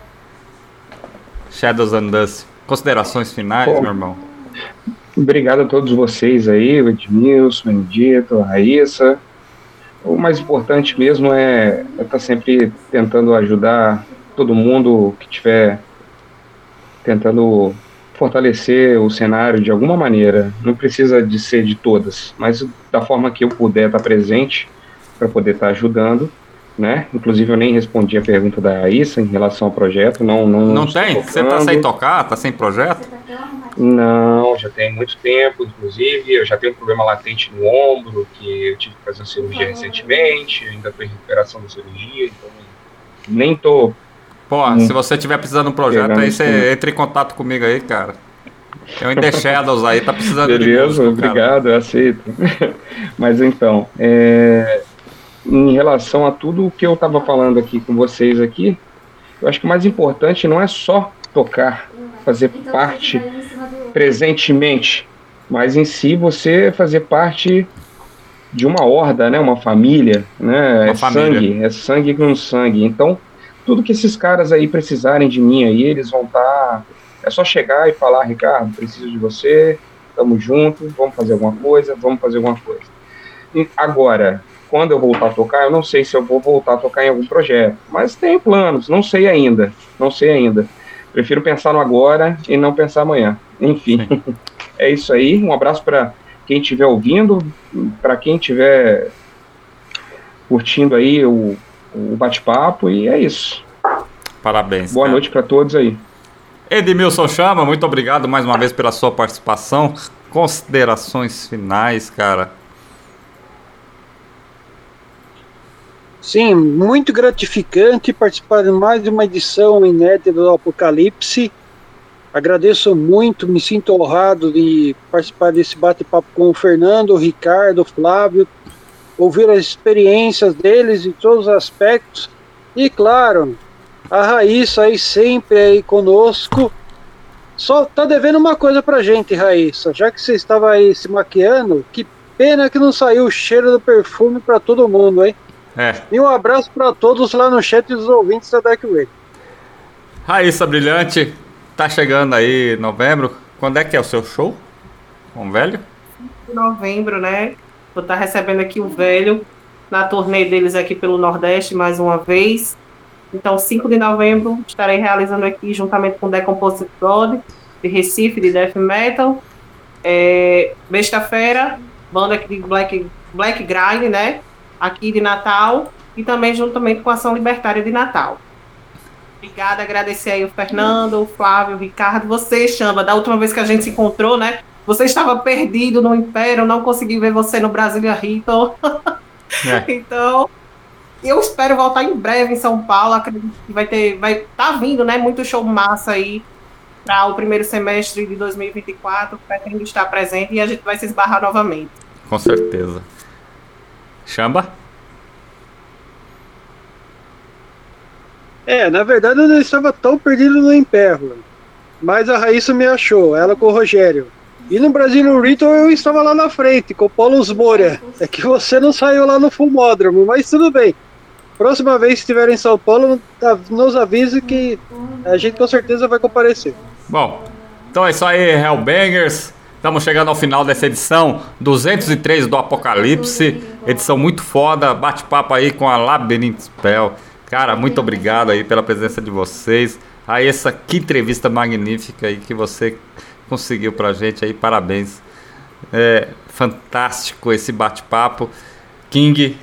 Shadows and Dust. Considerações finais, Bom, meu irmão. Obrigado a todos vocês aí, o Edmilson, o Benedito, a Raíssa. O mais importante mesmo é estar tá sempre tentando ajudar todo mundo que estiver tentando fortalecer o cenário de alguma maneira. Não precisa de ser de todas, mas da forma que eu puder estar presente para poder estar ajudando, né? Inclusive eu nem respondi a pergunta da Raíssa em relação ao projeto. Não, não, não tem? Você tá sem tocar? Tá sem projeto? Não, já tem muito tempo, inclusive. Eu já tenho um problema latente no ombro, que eu tive que fazer uma cirurgia recentemente, ainda estou em recuperação da cirurgia, então nem tô. Pô, hum. se você tiver precisando de um projeto, aí você entra em contato comigo aí, cara. Tem o In The Shadows aí, tá precisando Beleza, de música, obrigado, eu aceito. Mas então, é, em relação a tudo o que eu tava falando aqui com vocês aqui, eu acho que o mais importante não é só tocar, fazer parte presentemente, mas em si você fazer parte de uma horda, né, uma família, né, uma é família. sangue, é sangue com sangue. Então, tudo que esses caras aí precisarem de mim aí, eles vão estar... Tá, é só chegar e falar, Ricardo, preciso de você, tamo junto, vamos fazer alguma coisa, vamos fazer alguma coisa. E agora, quando eu voltar a tocar, eu não sei se eu vou voltar a tocar em algum projeto, mas tenho planos, não sei ainda, não sei ainda. Prefiro pensar no agora e não pensar amanhã. Enfim, é isso aí. Um abraço para quem estiver ouvindo, para quem estiver curtindo aí o, o bate-papo, e é isso. Parabéns. Boa cara. noite para todos aí. Edmilson Chama, muito obrigado mais uma vez pela sua participação. Considerações finais, cara. Sim, muito gratificante participar de mais uma edição inédita do Apocalipse. Agradeço muito, me sinto honrado de participar desse bate-papo com o Fernando, o Ricardo, o Flávio, ouvir as experiências deles em todos os aspectos. E claro, a Raíssa aí sempre aí conosco. Só tá devendo uma coisa pra gente, Raíssa. Já que você estava aí se maquiando, que pena que não saiu o cheiro do perfume pra todo mundo, hein? É. E um abraço para todos lá no chat dos ouvintes da Dark Radio. Raíssa Brilhante, tá chegando aí novembro. Quando é que é o seu show com o velho? De novembro, né? Vou estar recebendo aqui o velho na turnê deles aqui pelo Nordeste mais uma vez. Então, cinco de novembro, estarei realizando aqui juntamente com Decomposed God, de Recife, de Death Metal. É, Besta-feira, banda aqui de Black, Black Grind, né? Aqui de Natal. E também juntamente com a Ação Libertária de Natal. Obrigada, agradecer aí o Fernando, o Flávio, o Ricardo. Você, Chamba, da última vez que a gente se encontrou, né? Você estava perdido no Império, não consegui ver você no Brasília Rito. É. Então, eu espero voltar em breve em São Paulo. Acredito que vai ter, vai tá vindo, né? Muito show massa aí para o primeiro semestre de dois mil e vinte e quatro. Pretendo estar presente e a gente vai se esbarrar novamente. Com certeza. Chamba? É, na verdade eu não estava tão perdido no Império, mas a Raíssa me achou, ela com o Rogério. E no Brasil Rito eu estava lá na frente, com o Paulo Moura. É que você não saiu lá no Fumódromo, mas tudo bem. Próxima vez que estiver em São Paulo, nos avise que a gente com certeza vai comparecer. Bom, então é isso aí, Hellbangers. Estamos chegando ao final dessa edição duzentos e três do Apocalipse. Edição muito foda, bate-papo aí com a Labyrinth Spell. Cara, muito obrigado aí pela presença de vocês. Aí essa que entrevista magnífica aí que você conseguiu pra gente aí, parabéns. É fantástico esse bate-papo. King,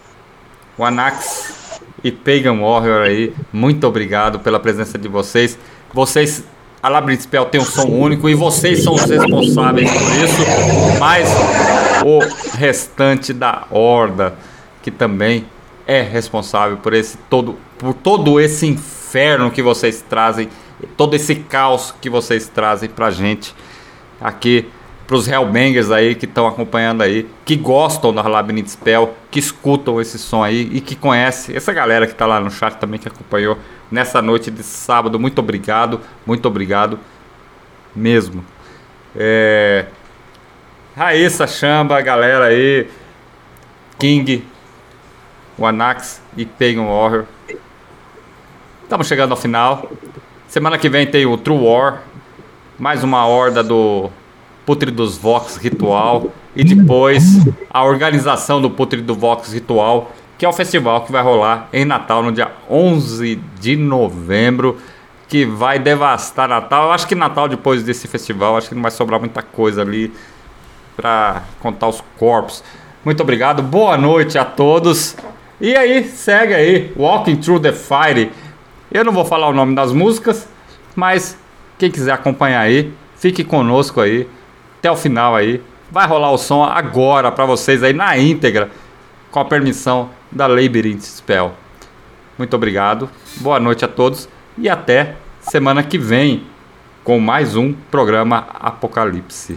Wanax e Pagan Warrior aí, muito obrigado pela presença de vocês. Vocês, a Labyrinth Spell tem um som único e vocês são os responsáveis por isso, mas o restante da horda que também é responsável por esse todo, por todo esse inferno que vocês trazem, todo esse caos que vocês trazem pra gente aqui, pros Hellbangers aí que estão acompanhando aí, que gostam da Labyrinth Spell, que escutam esse som aí e que conhecem essa galera que tá lá no chat também, que acompanhou nessa noite de sábado. Muito obrigado, muito obrigado mesmo. É... Raíssa, Chamba, galera aí, King, Wanax e Pagan Warrior. Estamos chegando ao final. Semana que vem tem o True War, mais uma horda do Putre dos Vox Ritual e depois a organização do Putre do Vox Ritual, que é o festival que vai rolar em Natal no dia onze de novembro, que vai devastar Natal. Eu acho que Natal, depois desse festival, acho que não vai sobrar muita coisa ali para contar os corpos. Muito obrigado, boa noite a todos. E aí, segue aí, Walking Through the Fire. Eu não vou falar o nome das músicas, mas quem quiser acompanhar aí, fique conosco aí, até o final aí. Vai rolar o som agora pra vocês aí na íntegra, com a permissão da Labyrinth Spell. Muito obrigado, boa noite a todos e até semana que vem com mais um programa Apocalipse.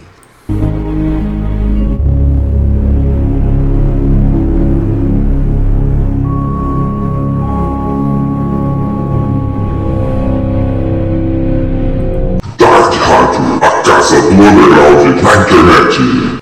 Do underground na internet.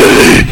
Day.